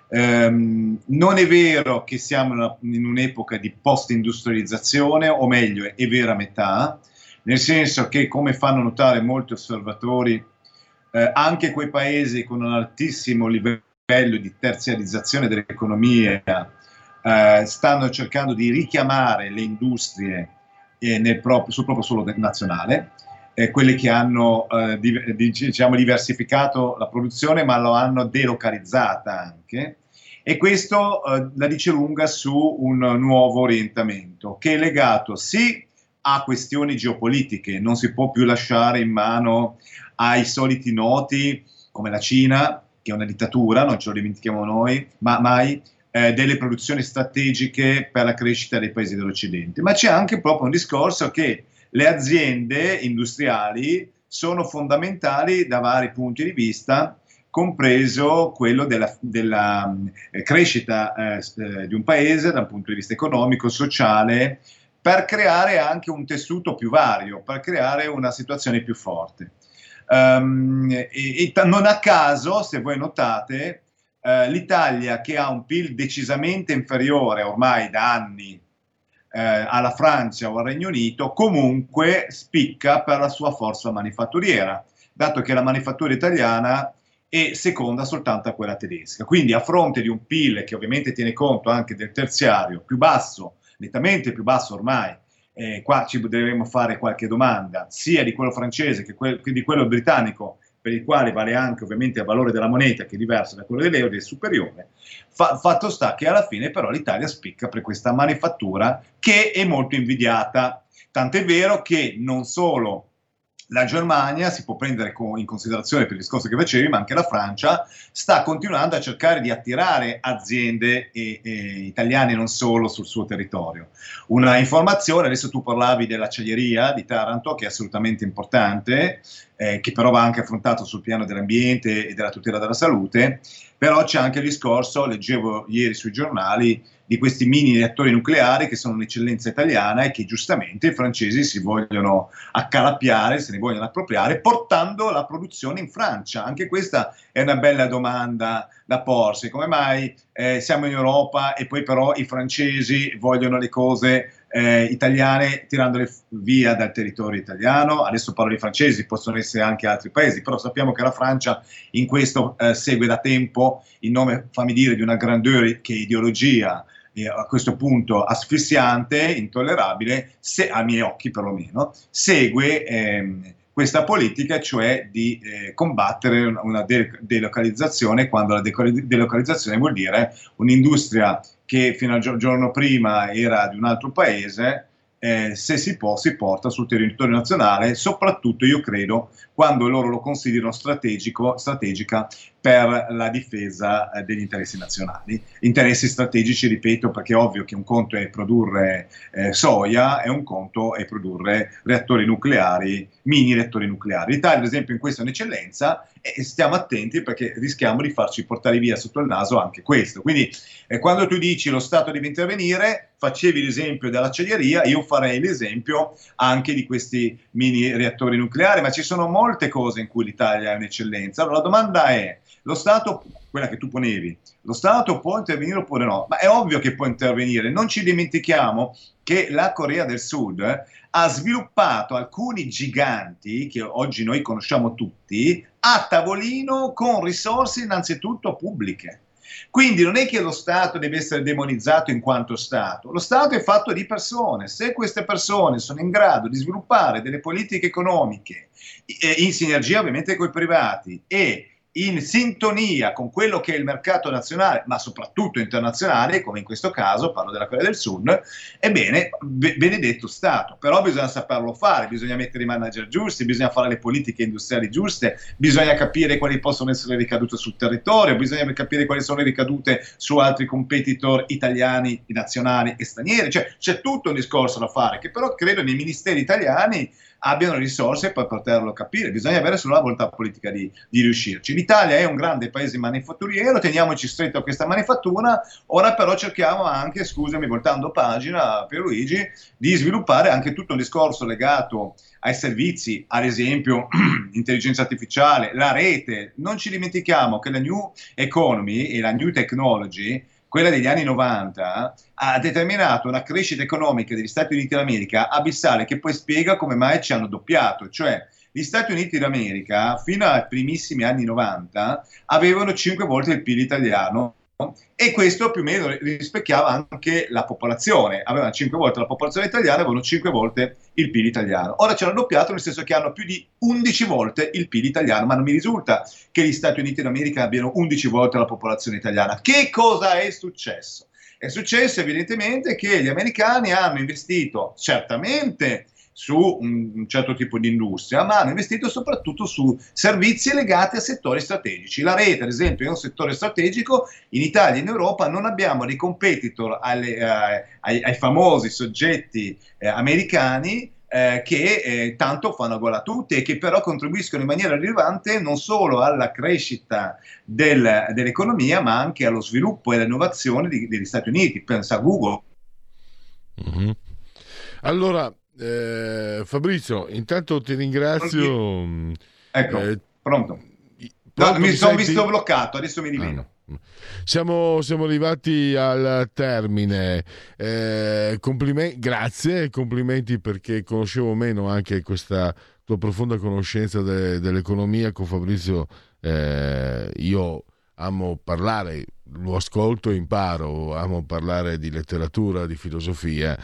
Um, non è vero che siamo in, una, in un'epoca di post-industrializzazione, o meglio, è vera metà, nel senso che, come fanno notare molti osservatori, eh, anche quei paesi con un altissimo livello di terziarizzazione dell'economia eh, stanno cercando di richiamare le industrie eh, nel proprio, sul proprio suolo nazionale, eh, quelle che hanno eh, di, diciamo, diversificato la produzione ma lo hanno delocalizzata anche. E questo eh, la dice lunga su un nuovo orientamento che è legato sì a questioni geopolitiche, non si può più lasciare in mano ai soliti noti come la Cina, che è una dittatura, non ce lo dimentichiamo noi, ma mai eh, delle produzioni strategiche per la crescita dei paesi dell'Occidente. Ma c'è anche proprio un discorso che le aziende industriali sono fondamentali da vari punti di vista, compreso quello della, della eh, crescita eh, di un paese dal punto di vista economico, sociale, per creare anche un tessuto più vario, per creare una situazione più forte. Um, e, e non a caso, se voi notate, eh, l'Italia, che ha un P I L decisamente inferiore ormai da anni eh, alla Francia o al Regno Unito, comunque spicca per la sua forza manifatturiera, dato che la manifattura italiana e seconda soltanto a quella tedesca. Quindi a fronte di un P I L che ovviamente tiene conto anche del terziario più basso, nettamente più basso ormai, eh, qua ci dovremmo fare qualche domanda, sia di quello francese che, que- che di quello britannico, per il quale vale anche ovviamente il valore della moneta, che è diverso da quello dell'euro, è superiore. Fa- fatto sta che alla fine però l'Italia spicca per questa manifattura che è molto invidiata, tant'è vero che non solo la Germania si può prendere in considerazione per il discorso che facevi, ma anche la Francia sta continuando a cercare di attirare aziende e, e italiane non solo sul suo territorio. Una informazione, adesso tu parlavi dell'acciaieria di Taranto, che è assolutamente importante, eh, che però va anche affrontato sul piano dell'ambiente e della tutela della salute, però c'è anche il discorso, leggevo ieri sui giornali, di questi mini reattori nucleari che sono un'eccellenza italiana e che giustamente i francesi si vogliono accalappiare, se ne vogliono appropriare, portando la produzione in Francia. Anche questa è una bella domanda da porsi. Come mai eh, siamo in Europa e poi però i francesi vogliono le cose eh, italiane tirandole via dal territorio italiano? Adesso parlo di francesi, possono essere anche altri paesi, però sappiamo che la Francia in questo eh, segue da tempo, in nome, fammi dire, di una grandeur che è ideologia, e a questo punto asfissiante, intollerabile, se, a miei occhi perlomeno, segue ehm, questa politica, cioè di eh, combattere una de- delocalizzazione, quando la de- delocalizzazione vuol dire un'industria che fino al gio- giorno prima era di un altro paese, eh, se si può si porta sul territorio nazionale, soprattutto io credo quando loro lo considerano strategico, strategica per la difesa eh, degli interessi nazionali, interessi strategici, ripeto, perché è ovvio che un conto è produrre eh, soia e un conto è produrre reattori nucleari, mini reattori nucleari. L'Italia, ad esempio, in questo è un'eccellenza e stiamo attenti perché rischiamo di farci portare via sotto il naso anche questo. Quindi eh, quando tu dici lo Stato deve intervenire, facevi l'esempio dell'acciaieria, io farei l'esempio anche di questi mini reattori nucleari, ma ci sono molte cose in cui l'Italia è un'eccellenza. Allora la domanda è, lo Stato, quella che tu ponevi, lo Stato può intervenire oppure no? Ma è ovvio che può intervenire, non ci dimentichiamo che la Corea del Sud eh, ha sviluppato alcuni giganti che oggi noi conosciamo tutti a tavolino con risorse innanzitutto pubbliche. Quindi non è che lo Stato deve essere demonizzato in quanto Stato, lo Stato è fatto di persone, se queste persone sono in grado di sviluppare delle politiche economiche eh, in sinergia ovviamente con i privati e in sintonia con quello che è il mercato nazionale, ma soprattutto internazionale, come in questo caso, parlo della Corea del Sud, ebbene, be- benedetto Stato. Però bisogna saperlo fare, bisogna mettere i manager giusti, bisogna fare le politiche industriali giuste, bisogna capire quali possono essere le ricadute sul territorio, bisogna capire quali sono le ricadute su altri competitor italiani, nazionali e stranieri. Cioè, c'è tutto un discorso da fare, che però credo nei ministeri italiani abbiano risorse per poterlo capire, bisogna avere solo la volontà politica di, di riuscirci. L'Italia è un grande paese manifatturiero, teniamoci stretto a questa manifattura, ora però cerchiamo anche, scusami, voltando pagina, Pierluigi, di sviluppare anche tutto un discorso legato ai servizi, ad esempio intelligenza artificiale, la rete. Non ci dimentichiamo che la new economy e la new technology, quella degli anni novanta, ha determinato una crescita economica degli Stati Uniti d'America abissale, che poi spiega come mai ci hanno doppiato. Cioè, gli Stati Uniti d'America fino ai primissimi anni novanta avevano cinque volte il P I L italiano, e questo più o meno rispecchiava anche la popolazione. Avevano cinque volte la popolazione italiana, avevano cinque volte il P I L italiano. Ora ce l'hanno doppiato, nel senso che hanno più di undici volte il P I L italiano, ma non mi risulta che gli Stati Uniti d'America abbiano undici volte la popolazione italiana. Che cosa è successo? È successo evidentemente che gli americani hanno investito certamente su un certo tipo di industria, ma hanno investito soprattutto su servizi legati a settori strategici. La rete, ad esempio, è un settore strategico. In Italia e in Europa non abbiamo dei competitor alle, eh, ai, ai famosi soggetti eh, americani eh, che eh, tanto fanno gola a tutti e che però contribuiscono in maniera rilevante non solo alla crescita del, dell'economia, ma anche allo sviluppo e all'innovazione di, degli Stati Uniti. Pensa a Google. Mm-hmm. Allora, Eh, Fabrizio, intanto ti ringrazio. Ecco, eh, pronto. pronto no, mi sono senti? visto bloccato, adesso mi rivedo. Ah, no. Siamo, siamo arrivati al termine. Eh, complimenti, grazie, complimenti, perché conoscevo meno anche questa tua profonda conoscenza de, dell'economia. Con Fabrizio eh, io amo parlare, lo ascolto e imparo, amo parlare di letteratura, di filosofia,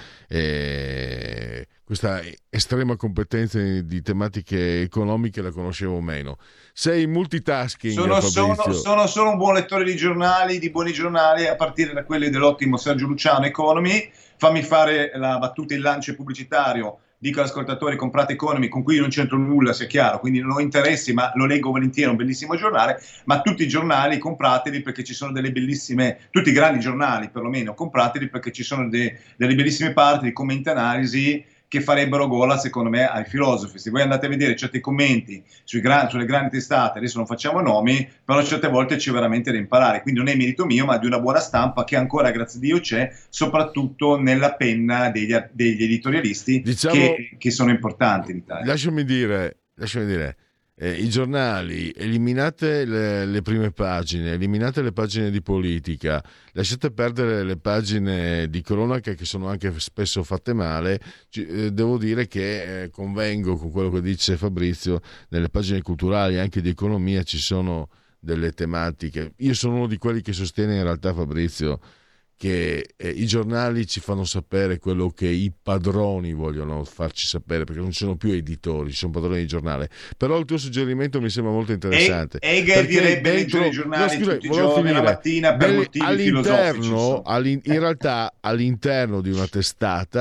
e questa estrema competenza di tematiche economiche la conoscevo meno. Sei multitasking, sono, Fabrizio. Sono, sono solo un buon lettore di giornali, di buoni giornali, a partire da quelli dell'ottimo Sergio Luciano, Economy. Fammi fare la battuta, il lancio pubblicitario. Dico agli ascoltatori: comprate Economy, con cui non c'entro nulla, sia chiaro, quindi non ho interessi, ma lo leggo volentieri, è un bellissimo giornale. Ma tutti i giornali comprateli, perché ci sono delle bellissime, tutti i grandi giornali perlomeno, comprateli, perché ci sono de, delle bellissime parti di commenti e analisi che farebbero gola, secondo me, ai filosofi. Se voi andate a vedere certi commenti sui gran, sulle grandi testate, adesso non facciamo nomi, però certe volte c'è veramente da imparare, quindi non è merito mio, ma di una buona stampa che ancora, grazie a Dio, c'è, soprattutto nella penna degli, degli editorialisti, diciamo, che, che sono importanti in Italia. Lasciami dire, lasciami dire eh, i giornali, eliminate le, le prime pagine, eliminate le pagine di politica, lasciate perdere le pagine di cronaca, che sono anche spesso fatte male. Eh, devo dire che eh, convengo con quello che dice Fabrizio: nelle pagine culturali, anche di economia, ci sono delle tematiche. Io sono uno di quelli che sostiene, in realtà, Fabrizio, che eh, i giornali ci fanno sapere quello che i padroni vogliono farci sapere, perché non ci sono più editori, ci sono padroni di giornale. Però il tuo suggerimento mi sembra molto interessante. E Hegel direbbe: leggere i giornali no, scusa, tutti i giorni, finire. La mattina, per Beh, motivi all'interno, filosofici. in realtà all'interno di una testata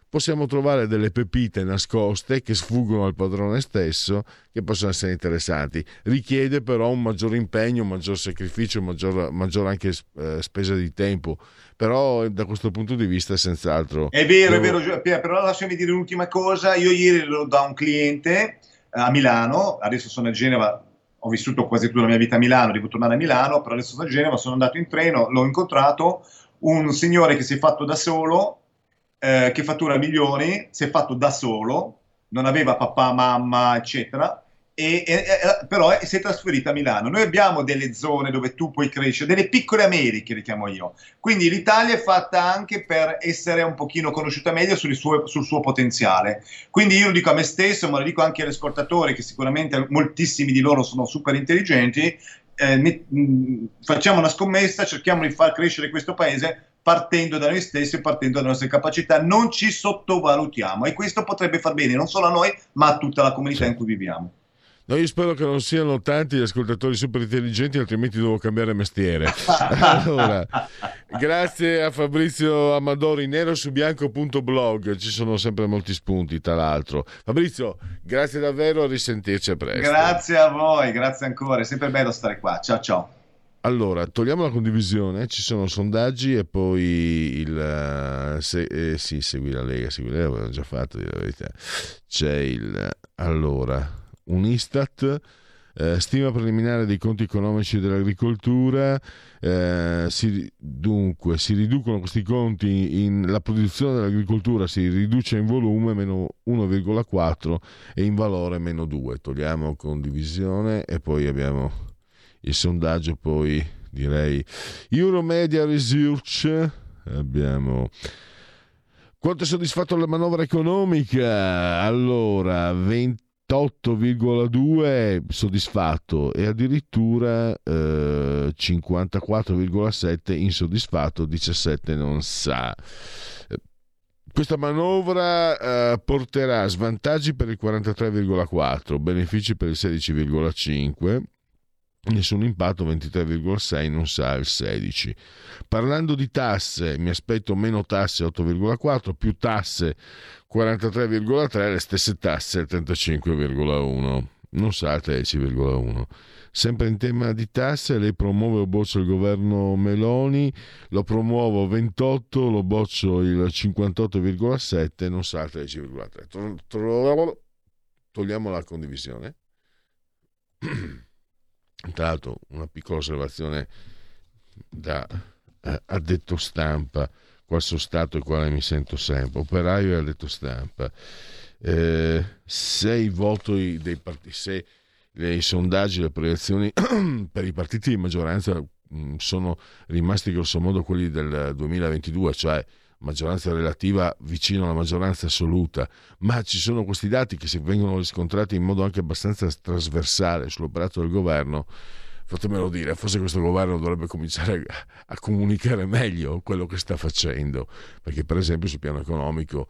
possiamo trovare delle pepite nascoste che sfuggono al padrone stesso, che possono essere interessanti. Richiede però un maggior impegno, un maggior sacrificio, un maggior, maggior anche eh, spesa di tempo, però da questo punto di vista senz'altro. È vero, devo... è vero, Pier, però lasciami dire un'ultima cosa. Io ieri ero da un cliente a Milano, adesso sono a Genova, ho vissuto quasi tutta la mia vita a Milano, devo tornare a Milano, però adesso sono a Genova, sono andato in treno, l'ho incontrato, un signore che si è fatto da solo, eh, che fattura milioni, si è fatto da solo, non aveva papà, mamma, eccetera, e, e, e, però si è trasferito a Milano. Noi abbiamo delle zone dove tu puoi crescere, delle piccole Americhe le chiamo io, quindi l'Italia è fatta anche per essere un pochino conosciuta meglio sul suo, sul suo potenziale. Quindi io lo dico a me stesso, ma lo dico anche agli ascoltatori, che sicuramente moltissimi di loro sono super intelligenti, eh, ne, mh, facciamo una scommessa, cerchiamo di far crescere questo paese partendo da noi stessi e partendo dalle nostre capacità, non ci sottovalutiamo, e questo potrebbe far bene non solo a noi ma a tutta la comunità in cui viviamo. No, io spero che non siano tanti gli ascoltatori super intelligenti, altrimenti devo cambiare mestiere. Allora, grazie a Fabrizio Amadori, nero su bianco punto blog, ci sono sempre molti spunti, tra l'altro. Fabrizio, grazie davvero, a risentirci a presto. Grazie a voi, grazie ancora, è sempre bello stare qua. Ciao ciao. Allora, togliamo la condivisione, ci sono sondaggi e poi il se, eh, sì, segui la Lega, segui la Lega, l'abbiamo già fatto, di la verità. C'è il allora un Istat, eh, stima preliminare dei conti economici dell'agricoltura, eh, si, dunque si riducono questi conti, in, la produzione dell'agricoltura si riduce in volume meno uno virgola quattro e in valore meno due. Togliamo condivisione e poi abbiamo il sondaggio, poi direi Euromedia Research, abbiamo quanto è soddisfatto della manovra economica. Allora, ventotto virgola due soddisfatto e addirittura eh, cinquantaquattro virgola sette insoddisfatto, diciassette non sa. Questa manovra eh, porterà svantaggi per il quarantatré virgola quattro, benefici per il sedici virgola cinque, nessun impatto ventitré virgola sei, non sa il sedici. Parlando di tasse, mi aspetto meno tasse otto virgola quattro, più tasse quarantatré virgola tre, le stesse tasse trentacinque virgola uno, non sa il tredici virgola uno. Sempre in tema di tasse, lei promuove o boccia il governo Meloni, lo promuovo ventotto, lo boccio il cinquantotto virgola sette, non sa il tredici virgola tre. Togliamo la condivisione. Tra l'altro una piccola osservazione da eh, addetto stampa, qual sono stato e quale mi sento sempre, operaio e addetto stampa. Eh, se i voti dei partiti, se i sondaggi, le proiezioni per i partiti di maggioranza mh, sono rimasti grossomodo quelli del duemilaventidue, cioè maggioranza relativa vicino alla maggioranza assoluta, ma ci sono questi dati che si vengono riscontrati in modo anche abbastanza trasversale sull'operato del governo. Fatemelo dire, forse questo governo dovrebbe cominciare a, a comunicare meglio quello che sta facendo, perché per esempio sul piano economico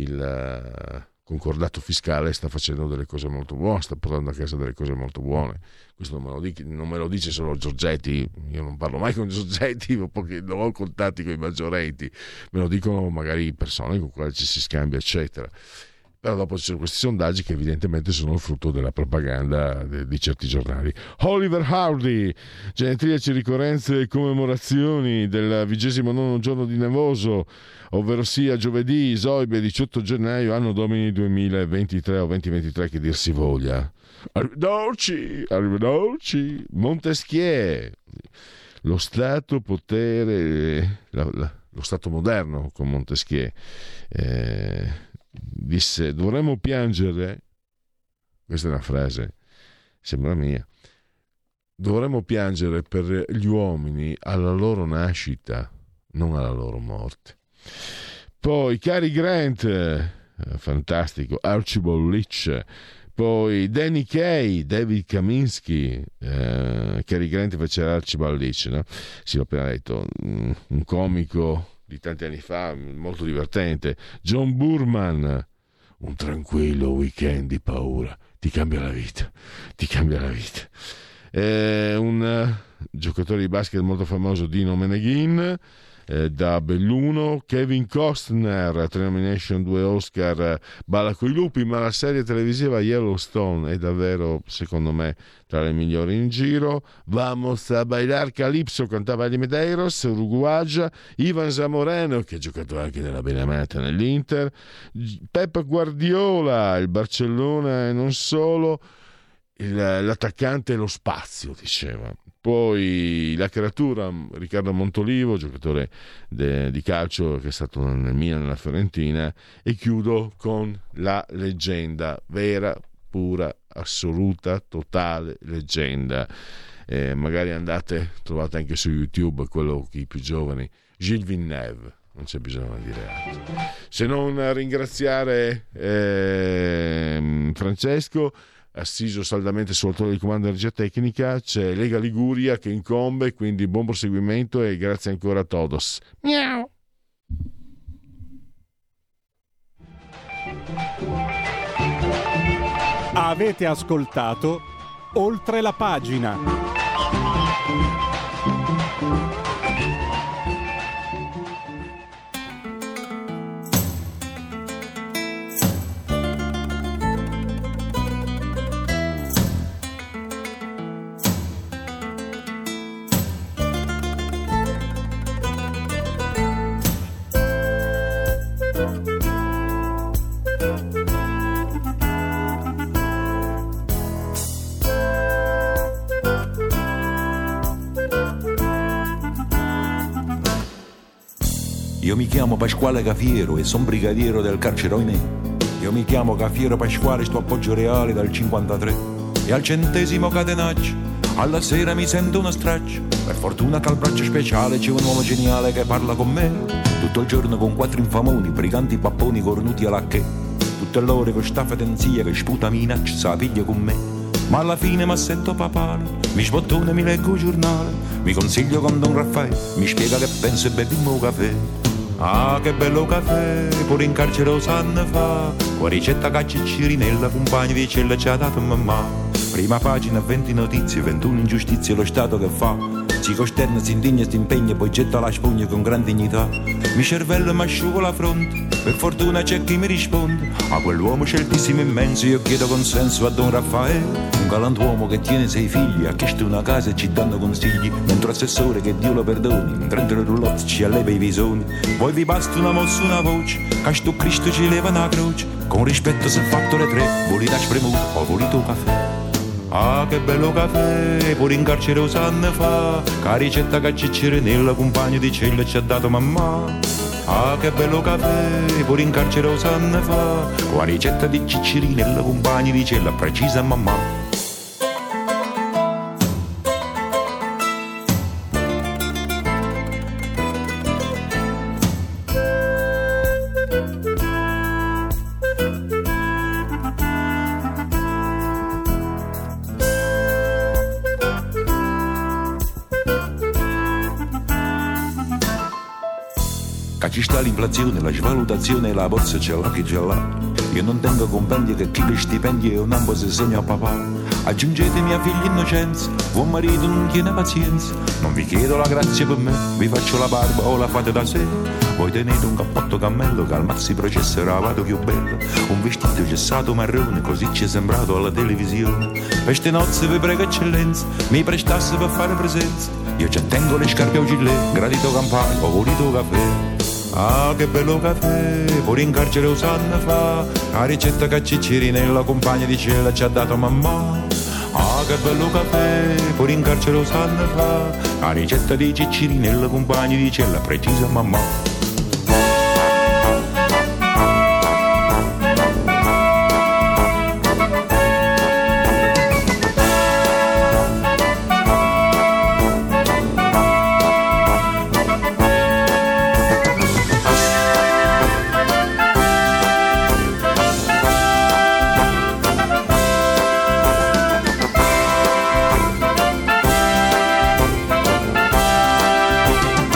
il uh, concordato fiscale sta facendo delle cose molto buone, sta portando a casa delle cose molto buone. Questo non me lo, dic- non me lo dice solo Giorgetti, io non parlo mai con Giorgetti perché non ho contatti con i maggiorenti, me lo dicono magari persone con cui ci si scambia eccetera. Però dopo ci sono questi sondaggi che evidentemente sono il frutto della propaganda de- di certi giornali. Oliver Hardy, genetriaci, ricorrenze e commemorazioni del vigesimo nono giorno di Nevoso, ovvero sia giovedì, Isoibie, diciotto gennaio, anno domini duemilaventitré o duemilaventitré, che dir si voglia. Arrivederci, arrivederci. Montesquieu, lo stato potere, la, la, lo stato moderno con Montesquieu. Eh, disse: dovremmo piangere, questa è una frase, sembra mia, dovremmo piangere per gli uomini alla loro nascita, non alla loro morte. Poi Cary Grant, eh, fantastico, Archibald Leach, poi Danny Kaye, David Kaminsky, eh, Cary Grant fece Archibald Leach, no? Sì, l'ho appena detto, un comico di tanti anni fa, molto divertente. John Boorman, un tranquillo weekend di paura, ti cambia la vita, ti cambia la vita. Eh, un uh, giocatore di basket molto famoso, Dino Meneghin, eh, da Belluno. Kevin Costner, tre nomination, due Oscar, balla coi lupi, ma la serie televisiva Yellowstone è davvero, secondo me, tra le migliori in giro. Vamos a bailar Calypso, cantava Eddie Medeiros, Uruguagia. Ivan Zamorano, che ha giocato anche nella Benamata nell'Inter. Pep Guardiola, il Barcellona e non solo, il, l'attaccante e lo spazio, diceva. Poi la creatura, Riccardo Montolivo, giocatore de, di calcio che è stato nel Milan, nella Fiorentina. E chiudo con la leggenda, vera, pura, assoluta, totale leggenda. Eh, magari andate, trovate anche su YouTube quello che i più giovani, Gilles Villeneuve, non c'è bisogno di dire altro, se non ringraziare eh, Francesco, assiso saldamente sull'autore di comando energia tecnica. C'è Lega Liguria che incombe, quindi buon proseguimento e grazie ancora a todos. Miau. Avete ascoltato Oltre la pagina. Io mi chiamo Pasquale Cafiero e son brigadiero del carcere Oinè. Io mi chiamo Cafiero Pasquale, sto a Poggio Reale dal cinquantatré. E al centesimo catenaccio, alla sera mi sento uno straccio. Per fortuna che al braccio speciale c'è un uomo geniale che parla con me. Tutto il giorno con quattro infamoni, briganti papponi cornuti alla che. Tutte l'ore con sta fedenzia che sputa minaccia, sa piglia con me. Ma alla fine m'assetto papale, mi sbottone, mi leggo il giornale. Mi consiglio con Don Raffaele, mi spiega che penso e beviamo un caffè. Ah, che bello caffè, pure in carcere lo sanno fa. Con ricetta caccia e cirinella, compagni di cella ci ha dato mamma. Prima pagina, venti notizie, ventuno ingiustizie, lo Stato che fa. Si costerna, si indigna, si impegna, poi getta la spugna con gran dignità. Mi cervello mi asciugo la fronte, per fortuna c'è chi mi risponde. A quell'uomo sceltissimo immenso io chiedo consenso a Don Raffaele. Un galantuomo che tiene sei figli, ha chiesto una casa e ci danno consigli. Mentre assessore, che Dio lo perdoni, mentre il roulotte ci alleva i visoni. Poi vi basta una mossa, una voce, che sto Cristo ci leva una croce. Con rispetto se fatto le tre, volete spremuto o volete un caffè. Ah, che bello caffè, pure in carcere lo sanno fa. Che ricetta che c'è nella compagna di cella ci ha dato mamma. Ah, che bello caffè, pure in carcere lo sanno fa. Con la ricetta di Ciccirinella, compagni di cella, precisa mamma. Ci sta l'inflazione, la svalutazione e la borsa ce l'ha chi ce l'ha. Io non tengo compendi che chi li stipendi e un ambo se segna a papà. Aggiungete mia figlia innocenza, buon marito non tiene pazienza. Non vi chiedo la grazia per me, vi faccio la barba o la fate da sé. Voi tenete un cappotto cammello che al mazzi processo ravato più bello. Un vestito gessato marrone, così ci è sembrato alla televisione. Per ste nozze vi prego eccellenza, mi prestasse per fare presenza. Io ci tengo le scarpe a gilet, gradito campagna o volito caffè. Ah, che bello caffè, pure in carcere lo sanno fa. La ricetta che Ciccirinella, compagna di cella, ci ha dato mamma. Ah, che bello caffè, pure in carcere lo sanno fa. La ricetta di Ciccirinella, compagna di cella, precisa mamma.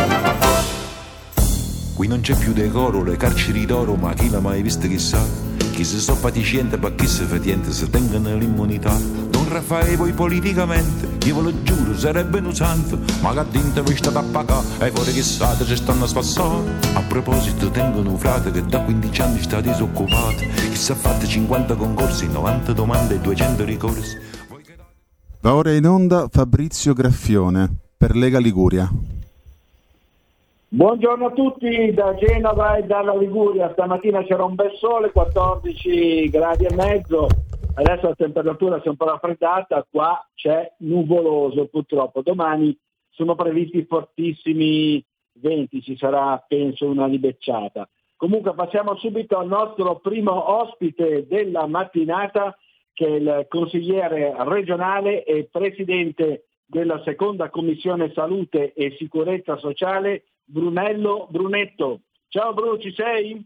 Non c'è più decoro, le carceri d'oro, ma chi l'ha mai visto chissà. chi si so fatiscente per chi si fatiente si tengono l'immunità. Don Raffaele poi politicamente, io ve lo giuro, sarebbe un santo, ma che dinte vi state a pagare e fuori chissà ci stanno a spassare. A proposito tengono un frate che da quindici anni sta disoccupato, che si è fatto cinquanta concorsi, novanta domande e duecento ricorsi. Va ora in onda Fabrizio Graffione per Lega Liguria. Buongiorno a tutti da Genova e dalla Liguria. Stamattina c'era un bel sole, quattordici gradi e mezzo. Adesso la temperatura si è un po' raffreddata, qua c'è nuvoloso purtroppo. Domani sono previsti fortissimi venti, ci sarà penso una libecciata. Comunque passiamo subito al nostro primo ospite della mattinata, che è il consigliere regionale e presidente della seconda commissione salute e sicurezza sociale, Brunello Brunetto. Ciao Bru, ci sei?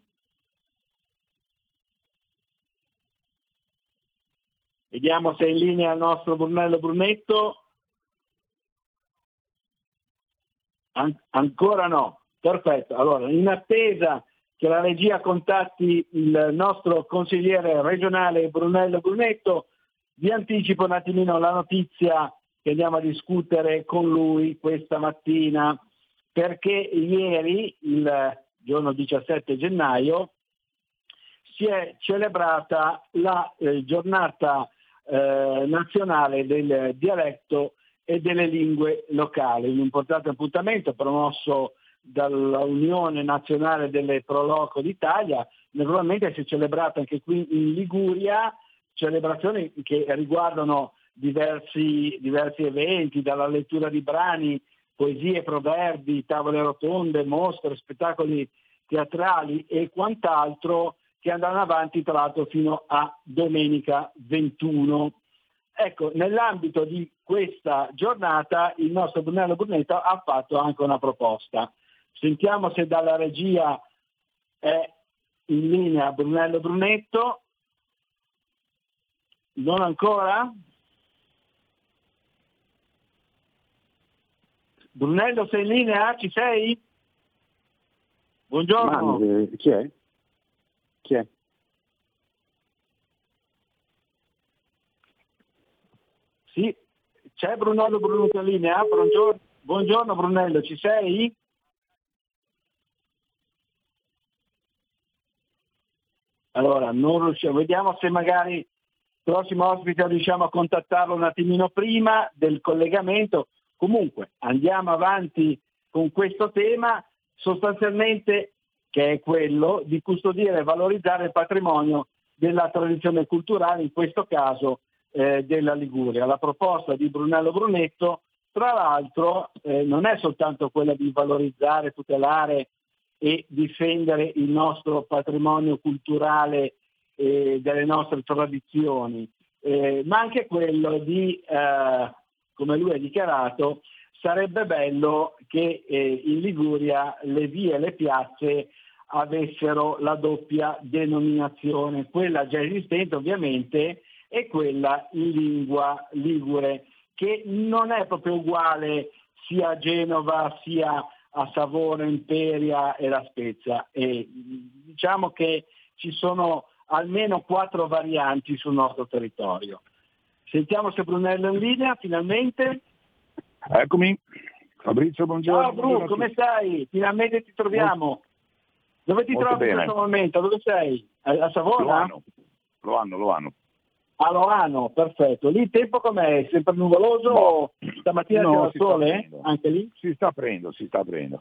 Vediamo se è in linea il nostro Brunello Brunetto. An- ancora no. Perfetto. Allora, in attesa che la regia contatti il nostro consigliere regionale Brunello Brunetto, vi anticipo un attimino la notizia che andiamo a discutere con lui questa mattina, perché ieri, il giorno diciassette gennaio, si è celebrata la eh, giornata eh, nazionale del dialetto e delle lingue locali, un importante appuntamento promosso dall'Unione Nazionale delle Proloco d'Italia. Naturalmente si è celebrata anche qui in Liguria, celebrazioni che riguardano diversi, diversi eventi, dalla lettura di brani, poesie, proverbi, tavole rotonde, mostre, spettacoli teatrali e quant'altro, che andranno avanti tra l'altro fino a domenica ventuno. Ecco, nell'ambito di questa giornata il nostro Brunello Brunetto ha fatto anche una proposta. Sentiamo se dalla regia è in linea Brunello Brunetto. Non ancora? Brunello, sei in linea? Ci sei? Buongiorno. Ma, eh, chi è? Chi è? Sì, c'è Brunello Brunetto in linea? Buongiorno, buongiorno Brunello, ci sei? Allora, non riusciamo, vediamo se magari il prossimo ospite riusciamo a contattarlo un attimino prima del collegamento. Comunque andiamo avanti con questo tema, sostanzialmente, che è quello di custodire e valorizzare il patrimonio della tradizione culturale, in questo caso eh, della Liguria. La proposta di Brunello Brunetto, tra l'altro, eh, non è soltanto quella di valorizzare, tutelare e difendere il nostro patrimonio culturale eh, delle nostre tradizioni, eh, ma anche quello di, eh, come lui ha dichiarato, sarebbe bello che eh, in Liguria le vie e le piazze avessero la doppia denominazione, quella già esistente ovviamente e quella in lingua ligure, che non è proprio uguale sia a Genova sia a Savona, Imperia e La Spezia. E diciamo che ci sono almeno quattro varianti sul nostro territorio. Sentiamo se Brunello è in linea, finalmente. Eccomi, Fabrizio, buongiorno. Ciao Bru, come stai? Finalmente ti troviamo. Dove ti Molto trovi bene. in questo momento? Dove sei? A, a Savona? Loano, Loano, Loano. A Loano, perfetto. Lì il tempo com'è? Sempre nuvoloso? No. Stamattina No, c'era il si sta sole? aprendo. Anche lì? Si sta aprendo, si sta aprendo.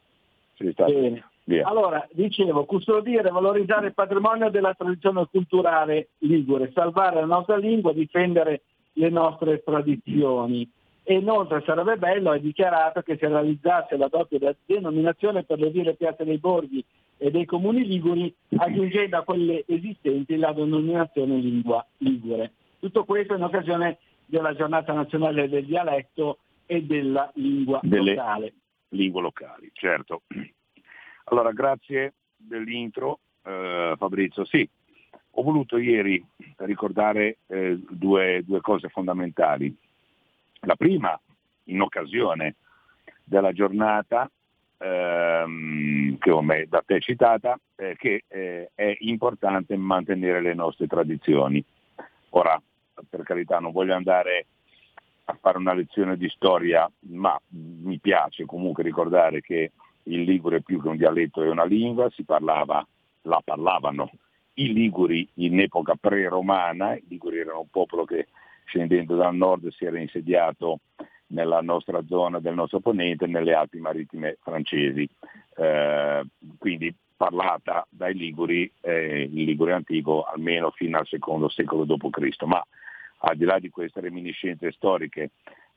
Si sta Bene. aprendo. Via. Allora, dicevo, custodire e valorizzare il patrimonio della tradizione culturale ligure, salvare la nostra lingua, difendere le nostre tradizioni. E inoltre sarebbe bello, è dichiarato, che si realizzasse la doppia denominazione per le vie e le piazze dei borghi e dei comuni liguri, aggiungendo a quelle esistenti la denominazione lingua ligure. Tutto questo in occasione della giornata nazionale del dialetto e della lingua Delle locale. lingue locali, certo. Allora, grazie dell'intro, eh, Fabrizio. Sì, ho voluto ieri ricordare eh, due, due cose fondamentali. La prima, in occasione della giornata ehm, che come da te citata, eh, che eh, è importante mantenere le nostre tradizioni. Ora, per carità, non voglio andare a fare una lezione di storia, ma mi piace comunque ricordare che il ligure più che un dialetto è una lingua, si parlava, la parlavano i liguri in epoca pre-romana. I liguri erano un popolo che scendendo dal nord si era insediato nella nostra zona del nostro ponente, nelle Alpi marittime francesi, eh, quindi parlata dai liguri, eh, il ligure antico almeno fino al secondo secolo dopo Cristo, ma al di là di queste reminiscenze storiche,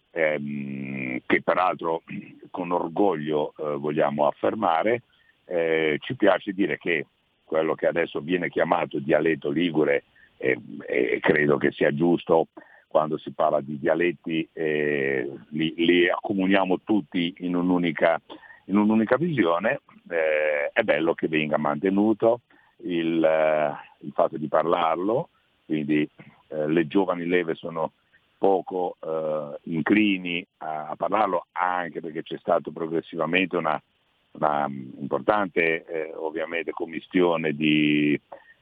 ehm, che peraltro con orgoglio eh, vogliamo affermare, eh, ci piace dire che quello che adesso viene chiamato dialetto ligure, e eh, eh, credo che sia giusto, quando si parla di dialetti eh, li, li accomuniamo tutti in un'unica, in un'unica visione, eh, è bello che venga mantenuto il, eh, il fatto di parlarlo, quindi eh, le giovani leve sono poco eh, inclini a, a parlarlo, anche perché c'è stato progressivamente una, una importante eh, ovviamente commistione di,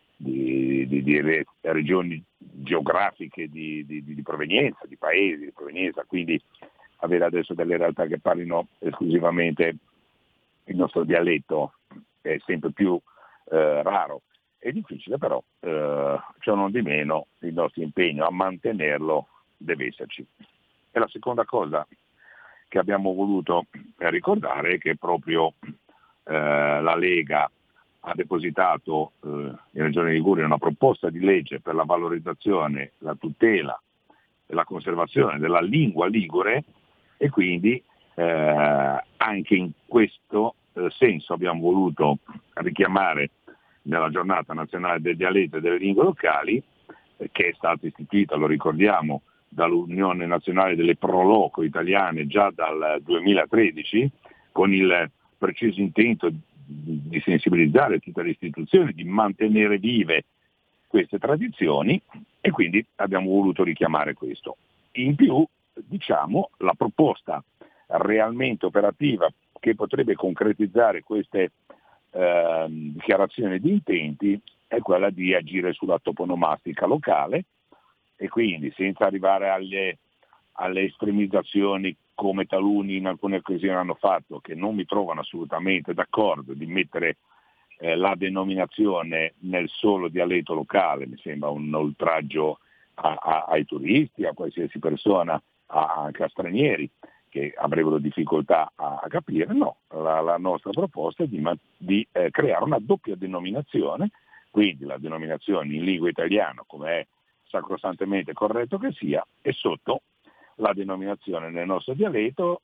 di, di, di re, regioni geografiche di, di, di provenienza, di paesi di provenienza, quindi avere adesso delle realtà che parlino esclusivamente il nostro dialetto è sempre più eh, raro. È difficile, però eh, ciò non di meno il nostro impegno a mantenerlo deve esserci. E la seconda cosa che abbiamo voluto ricordare è che proprio eh, la Lega ha depositato eh, in Regione Liguria una proposta di legge per la valorizzazione, la tutela e la conservazione della lingua ligure, e quindi eh, anche in questo eh, senso abbiamo voluto richiamare nella giornata nazionale del dialetto e delle lingue locali, eh, che è stata istituita, lo ricordiamo, dall'Unione Nazionale delle Proloco Italiane già dal duemilatredici, con il preciso intento di sensibilizzare tutte le istituzioni, di mantenere vive queste tradizioni, e quindi abbiamo voluto richiamare questo. In più, diciamo, la proposta realmente operativa che potrebbe concretizzare queste eh, dichiarazioni di intenti è quella di agire sulla toponomastica locale, e quindi senza arrivare alle, alle estremizzazioni come taluni in alcune occasioni hanno fatto, che non mi trovano assolutamente d'accordo, di mettere eh, la denominazione nel solo dialetto locale. Mi sembra un oltraggio a, a, ai turisti, a qualsiasi persona, a, anche a stranieri che avrebbero difficoltà a, a capire. No, la, la nostra proposta è di, di eh, creare una doppia denominazione, quindi la denominazione in lingua italiana, come è sacrosantemente corretto che sia, e sotto la denominazione nel nostro dialetto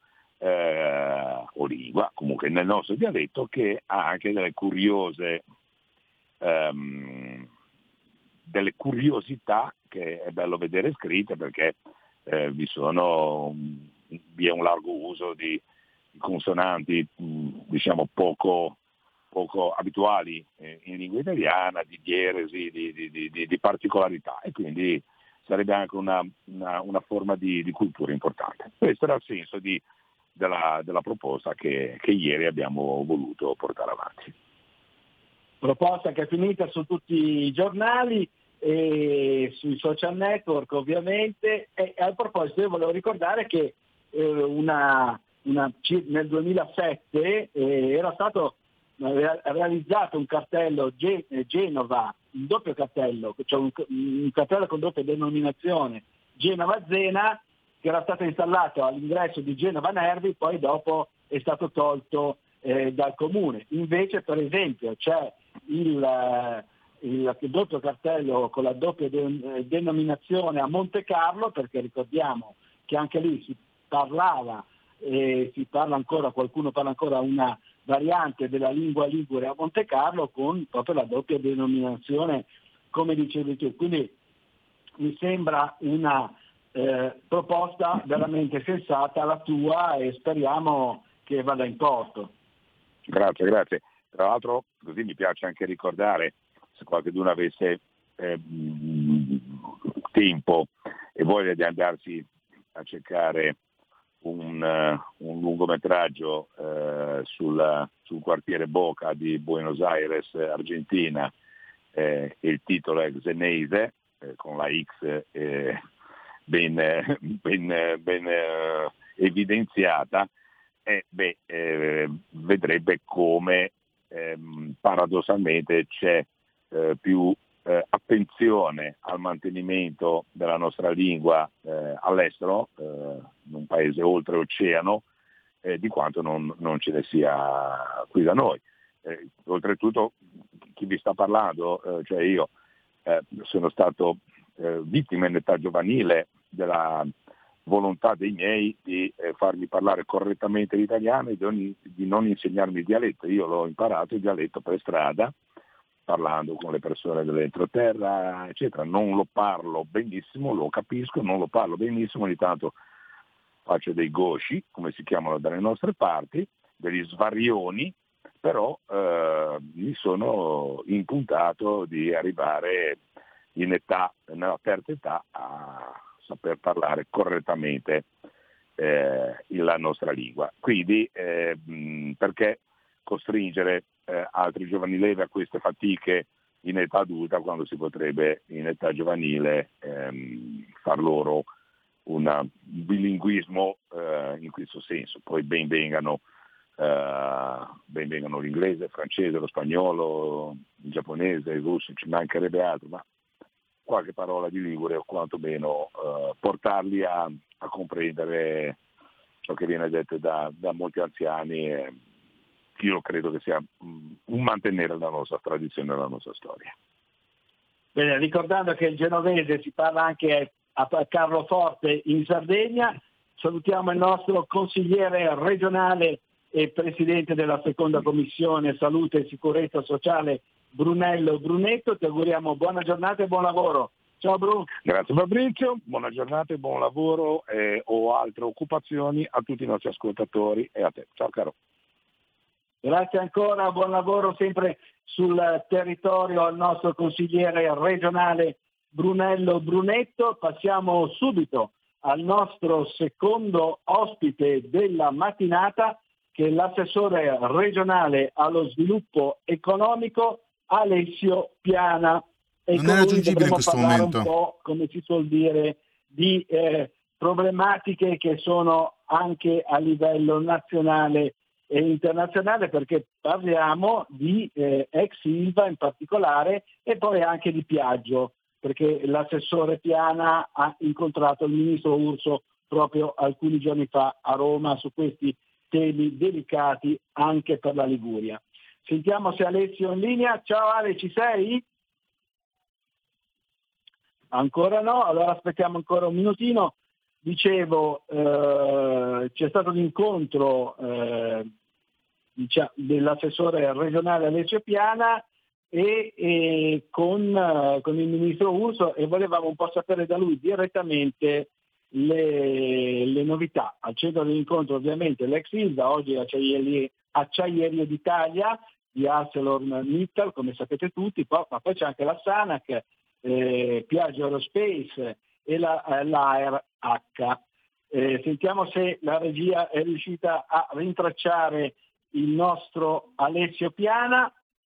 eh, o lingua, comunque nel nostro dialetto, che ha anche delle curiose ehm, delle curiosità che è bello vedere scritte, perché eh, vi sono vi è un largo uso di, di consonanti mh, diciamo poco poco abituali eh, in lingua italiana, di dieresi, di, di, di, di particolarità, e quindi sarebbe anche una, una, una forma di, di cultura importante. Questo era il senso di, della, della proposta che, che ieri abbiamo voluto portare avanti. Proposta che è finita su tutti i giornali e sui social network ovviamente, e a proposito io volevo ricordare che eh, una, una, nel duemilasette eh, era stato realizzato un cartello Genova, un doppio cartello, cioè un, un cartello con doppia denominazione Genova-Zena, che era stato installato all'ingresso di Genova Nervi, poi dopo è stato tolto eh, dal comune. Invece, per esempio, c'è il, il, il doppio cartello con la doppia de, denominazione a Monte Carlo, perché ricordiamo che anche lì si parlava e si parla ancora, qualcuno parla ancora una variante della lingua ligure a Monte Carlo con proprio la doppia denominazione, come dicevi tu. Quindi mi sembra una eh, proposta veramente sensata la tua, e speriamo che vada in porto. Grazie, grazie. Tra l'altro così mi piace anche ricordare, se qualcuno avesse eh, tempo e voglia di andarsi a cercare Un, uh, un lungometraggio uh, sul, sul quartiere Boca di Buenos Aires, Argentina, eh, il titolo è Xenese, eh, con la X eh, ben, ben, ben eh, evidenziata, eh, beh, eh, vedrebbe come ehm, paradossalmente c'è eh, più eh, attenzione al mantenimento della nostra lingua eh, all'estero, eh, in un paese oltreoceano, eh, di quanto non, non ce ne sia qui da noi. Eh, oltretutto chi vi sta parlando, eh, cioè io, eh, sono stato eh, vittima in età giovanile della volontà dei miei di eh, farmi parlare correttamente l'italiano e di, ogni, di non insegnarmi il dialetto. Io l'ho imparato il dialetto per strada, parlando con le persone dell'entroterra, eccetera. Non lo parlo benissimo, lo capisco, non lo parlo benissimo, ogni tanto faccio dei gosci, come si chiamano dalle nostre parti, degli svarioni, però eh, mi sono impuntato di arrivare in età, nella terza età, a saper parlare correttamente eh, la nostra lingua. Quindi eh, mh, perché costringere eh, altri giovani leve a queste fatiche in età adulta quando si potrebbe in età giovanile ehm, far loro una, un bilinguismo eh, in questo senso. Poi ben vengano, eh, ben vengano l'inglese, il francese, lo spagnolo, il giapponese, il russo, ci mancherebbe altro, ma qualche parola di ligure o quantomeno eh, portarli a, a comprendere ciò che viene detto da, da molti anziani. E io credo che sia mh, un mantenere la nostra tradizione e la nostra storia. Bene, ricordando che il genovese si parla anche a Carloforte in Sardegna, salutiamo il nostro consigliere regionale e presidente della seconda commissione salute e sicurezza sociale Brunello Brunetto. Ti auguriamo buona giornata e buon lavoro. Ciao Bru. Grazie Fabrizio, buona giornata e buon lavoro eh, o altre occupazioni a tutti i nostri ascoltatori e a te. Ciao caro. Grazie ancora, buon lavoro sempre sul territorio al nostro consigliere regionale Brunello Brunetto. Passiamo subito al nostro secondo ospite della mattinata, che è l'assessore regionale allo sviluppo economico Alessio Piana. E non è raggiungibile in questo momento. Un po', come si suol dire, di eh, problematiche che sono anche a livello nazionale e internazionale, perché parliamo di eh, ex Ilva in particolare e poi anche di Piaggio, perché l'assessore Piana ha incontrato il ministro Urso proprio alcuni giorni fa a Roma su questi temi delicati anche per la Liguria. Sentiamo se Alessio è in linea. Ciao Ale, ci sei? Ancora no? Allora aspettiamo ancora un minutino. Dicevo, eh, c'è stato un incontro eh, diciamo, dell'assessore regionale Alessio Piana e, e con, uh, con il ministro Urso, e volevamo un po' sapere da lui direttamente le, le novità. Al centro dell'incontro ovviamente l'ex Ilva, oggi Acciaierie, Acciaierie d'Italia di ArcelorMittal, come sapete tutti, poi, ma poi c'è anche la Sanac, eh, Piaggio Aerospace e la, eh, l'Aer H. Eh, sentiamo se la regia è riuscita a rintracciare il nostro Alessio Piana.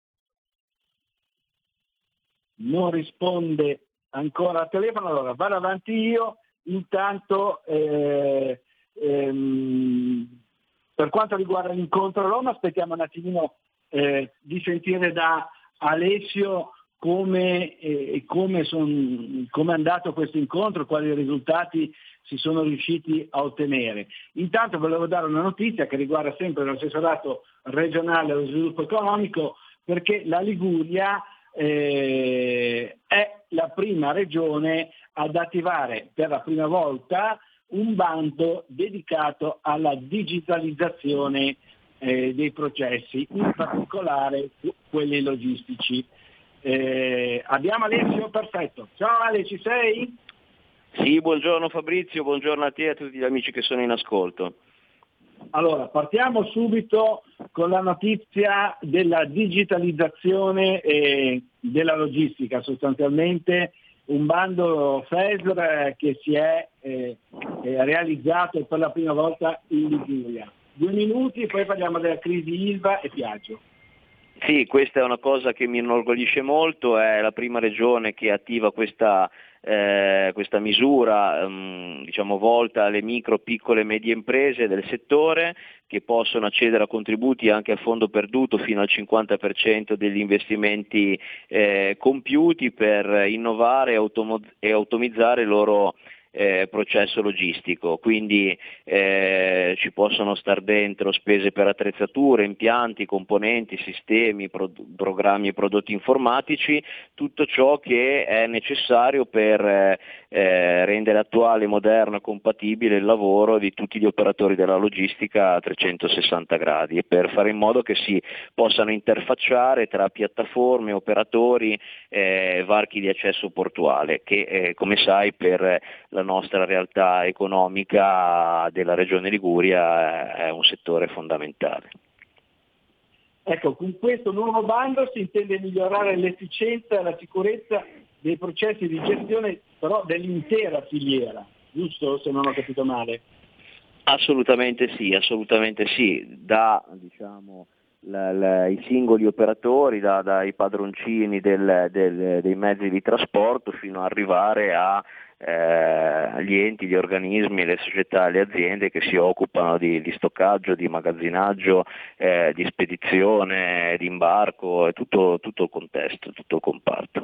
Non risponde ancora al telefono, allora vado avanti io. Intanto eh, ehm, per quanto riguarda l'incontro a Roma, aspettiamo un attimino eh, di sentire da Alessio come eh, come son, come è andato questo incontro, quali risultati si sono riusciti a ottenere. Intanto volevo dare una notizia che riguarda sempre l'assessorato regionale allo sviluppo economico, perché la Liguria eh, è la prima regione ad attivare per la prima volta un bando dedicato alla digitalizzazione eh, dei processi, in particolare quelli logistici. Eh, abbiamo Alessio, perfetto. Ciao Ale, ci sei? Sì, buongiorno Fabrizio, buongiorno a te e a tutti gli amici che sono in ascolto. Allora, partiamo subito con la notizia della digitalizzazione e della logistica, sostanzialmente un bando F E S R che si è eh, realizzato per la prima volta in Liguria. Due minuti, poi parliamo della crisi Ilva e Piaggio. Sì, questa è una cosa che mi inorgoglisce molto, è la prima regione che attiva questa, eh, questa misura um, diciamo volta alle micro, piccole e medie imprese del settore, che possono accedere a contributi anche a fondo perduto fino al cinquanta per cento degli investimenti eh, compiuti per innovare e, automo- e automizzare il loro Eh, processo logistico, quindi eh, ci possono star dentro spese per attrezzature, impianti, componenti, sistemi, pro- programmi e prodotti informatici, tutto ciò che è necessario per eh, eh, rendere attuale, moderno e compatibile il lavoro di tutti gli operatori della logistica a trecentosessanta gradi e per fare in modo che si possano interfacciare tra piattaforme, operatori, eh, varchi di accesso portuale, che eh, come sai per la nostra realtà economica della Regione Liguria è un settore fondamentale. Ecco, con questo nuovo bando si intende migliorare l'efficienza e la sicurezza dei processi di gestione però dell'intera filiera, giusto, se non ho capito male? Assolutamente sì, assolutamente sì, da diciamo la, la, i singoli operatori, da, dai padroncini del, del, dei mezzi di trasporto fino ad arrivare a Eh, gli enti, gli organismi, le società, le aziende che si occupano di, di stoccaggio, di magazzinaggio, eh, di spedizione, di imbarco, è tutto, tutto il contesto, tutto il comparto.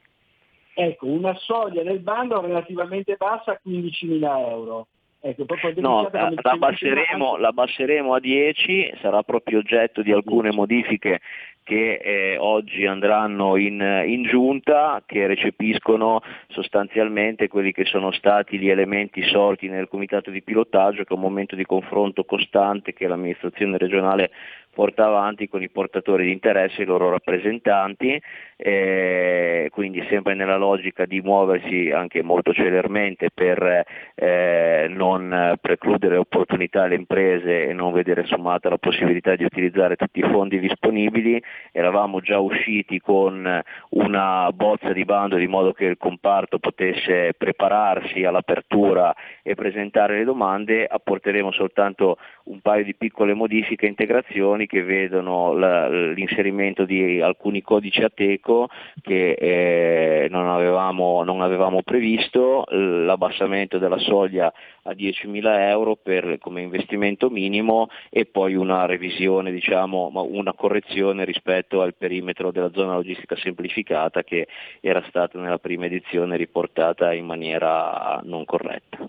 Ecco, una soglia del bando relativamente bassa, quindicimila euro. Ecco, proprio no, la, la abbasseremo, la abbasseremo a dieci, sarà proprio oggetto di alcune modifiche che eh, oggi andranno in, in giunta, che recepiscono sostanzialmente quelli che sono stati gli elementi sorti nel comitato di pilotaggio, che è un momento di confronto costante che l'amministrazione regionale porta avanti con i portatori di interesse e i loro rappresentanti, eh, quindi sempre nella logica di muoversi anche molto celermente per eh, non precludere opportunità alle imprese e non vedere sommata la possibilità di utilizzare tutti i fondi disponibili. Eravamo già usciti con una bozza di bando di modo che il comparto potesse prepararsi all'apertura e presentare le domande, apporteremo soltanto un paio di piccole modifiche e integrazioni che vedono la, l'inserimento di alcuni codici Ateco che eh, non avevamo, non avevamo previsto, l'abbassamento della soglia a diecimila euro per, come investimento minimo e poi una revisione, diciamo, una correzione rispetto al perimetro della zona logistica semplificata che era stata nella prima edizione riportata in maniera non corretta.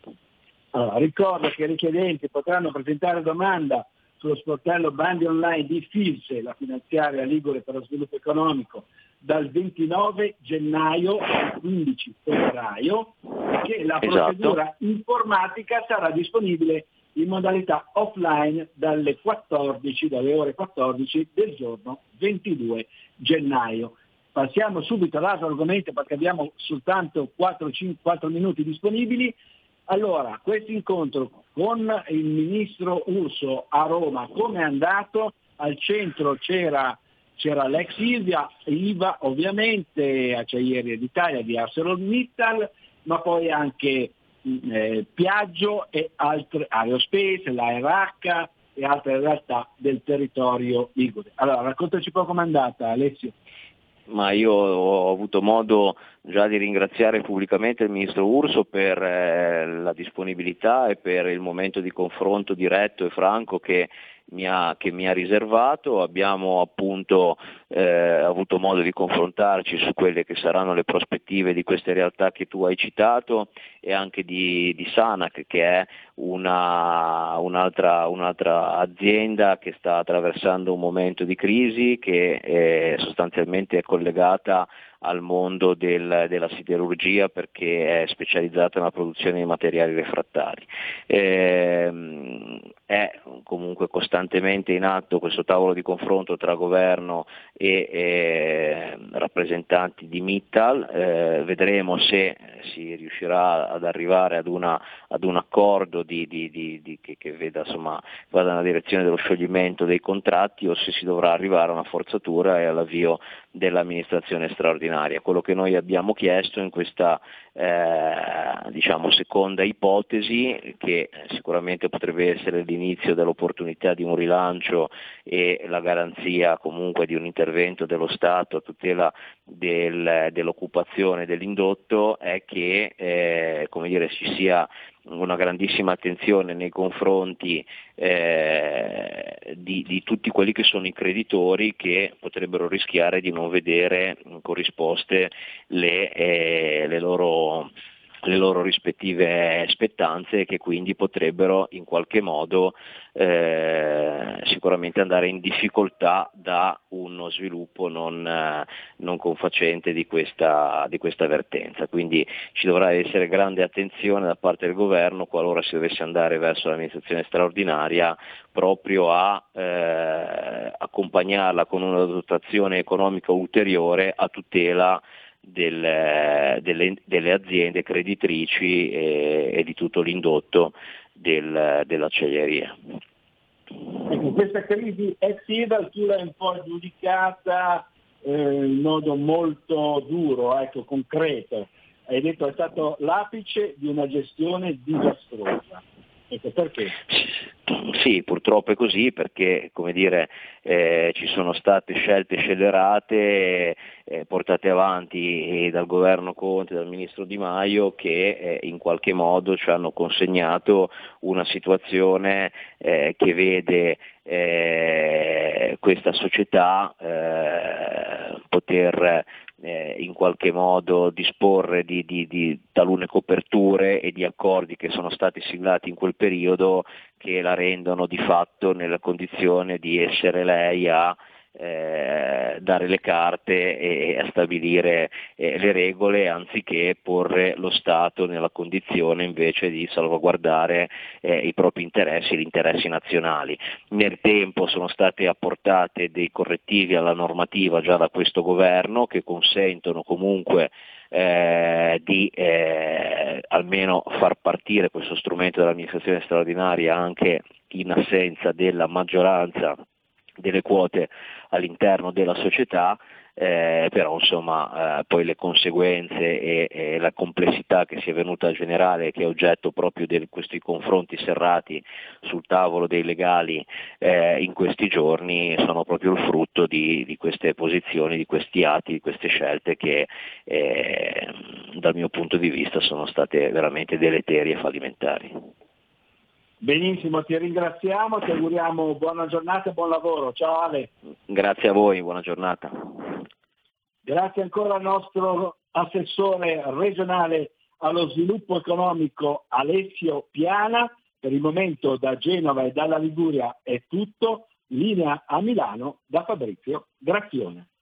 Allora, ricordo che i richiedenti potranno presentare domanda sullo sportello bandi online di FILSE, la finanziaria Ligure per lo sviluppo economico, dal ventinove gennaio al quindici febbraio, che la procedura esatto. informatica sarà disponibile in modalità offline dalle quattordici, dalle ore quattordici del giorno ventidue gennaio. Passiamo subito all'altro argomento perché abbiamo soltanto quattro minuti disponibili. Allora, questo incontro con il ministro Urso a Roma, come è andato? Al centro c'era, c'era l'ex Ilva, Ilva ovviamente, Acciaierie d'Italia di ArcelorMittal, ma poi anche eh, Piaggio e altre, Aerospace, la R H e altre realtà del territorio ligure. Allora, raccontaci un po' com'è andata, Alessio. Ma io ho avuto modo già di ringraziare pubblicamente il ministro Urso per eh, la disponibilità e per il momento di confronto diretto e franco che mi ha, che mi ha riservato. Abbiamo appunto eh, avuto modo di confrontarci su quelle che saranno le prospettive di queste realtà che tu hai citato e anche di, di Sanac, che è una, un'altra, un'altra azienda che sta attraversando un momento di crisi, che è sostanzialmente è collegata al mondo del, della siderurgia perché è specializzata nella produzione di materiali refrattari. Eh, è comunque costantemente in atto questo tavolo di confronto tra governo e eh, rappresentanti di Mittal, eh, vedremo se si riuscirà ad arrivare ad, una, ad un accordo di, di, di, di, che, che veda, insomma, vada nella direzione dello scioglimento dei contratti o se si dovrà arrivare a una forzatura e all'avvio dell'amministrazione straordinaria. Quello che noi abbiamo chiesto in questa eh, diciamo seconda ipotesi, che sicuramente potrebbe essere all'inizio dell'opportunità di un rilancio e la garanzia comunque di un intervento dello Stato a tutela del, dell'occupazione dell'indotto è che eh, come dire, ci sia una grandissima attenzione nei confronti eh, di, di tutti quelli che sono i creditori che potrebbero rischiare di non vedere corrisposte le, eh, le loro le loro rispettive spettanze e che quindi potrebbero in qualche modo eh, sicuramente andare in difficoltà da uno sviluppo non, eh, non confacente di questa, di questa vertenza. Quindi ci dovrà essere grande attenzione da parte del governo qualora si dovesse andare verso l'amministrazione straordinaria proprio a eh, accompagnarla con una dotazione economica ulteriore a tutela Del, delle, delle aziende creditrici e, e di tutto l'indotto del, dell'acciaieria. Ecco, questa crisi ex IVA tu l'hai un po' giudicata eh, in modo molto duro, ecco, concreto. Hai detto è stato l'apice di una gestione disastrosa. Ecco, perché? Sì, purtroppo è così perché come dire, eh, ci sono state scelte scellerate eh, portate avanti dal governo Conte, dal ministro Di Maio che eh, in qualche modo ci hanno consegnato una situazione eh, che vede eh, questa società eh, poter Eh, in qualche modo disporre di, di, di talune coperture e di accordi che sono stati siglati in quel periodo che la rendono di fatto nella condizione di essere lei a eh, dare le carte e a stabilire eh, le regole anziché porre lo Stato nella condizione invece di salvaguardare eh, i propri interessi, gli interessi nazionali. Nel tempo sono state apportate dei correttivi alla normativa già da questo governo che consentono comunque Eh, di eh, almeno far partire questo strumento dell'amministrazione straordinaria anche in assenza della maggioranza delle quote all'interno della società, eh, però insomma eh, poi le conseguenze e, e la complessità che si è venuta a generare, che è oggetto proprio di questi confronti serrati sul tavolo dei legali eh, in questi giorni, sono proprio il frutto di, di queste posizioni, di questi atti, di queste scelte che eh, dal mio punto di vista sono state veramente deleterie e fallimentari. Benissimo, ti ringraziamo, ti auguriamo buona giornata e buon lavoro. Ciao Ale. Grazie a voi, buona giornata. Grazie ancora al nostro assessore regionale allo sviluppo economico Alessio Piana. Per il momento da Genova e dalla Liguria è tutto. Linea a Milano da Fabrizio Graffione.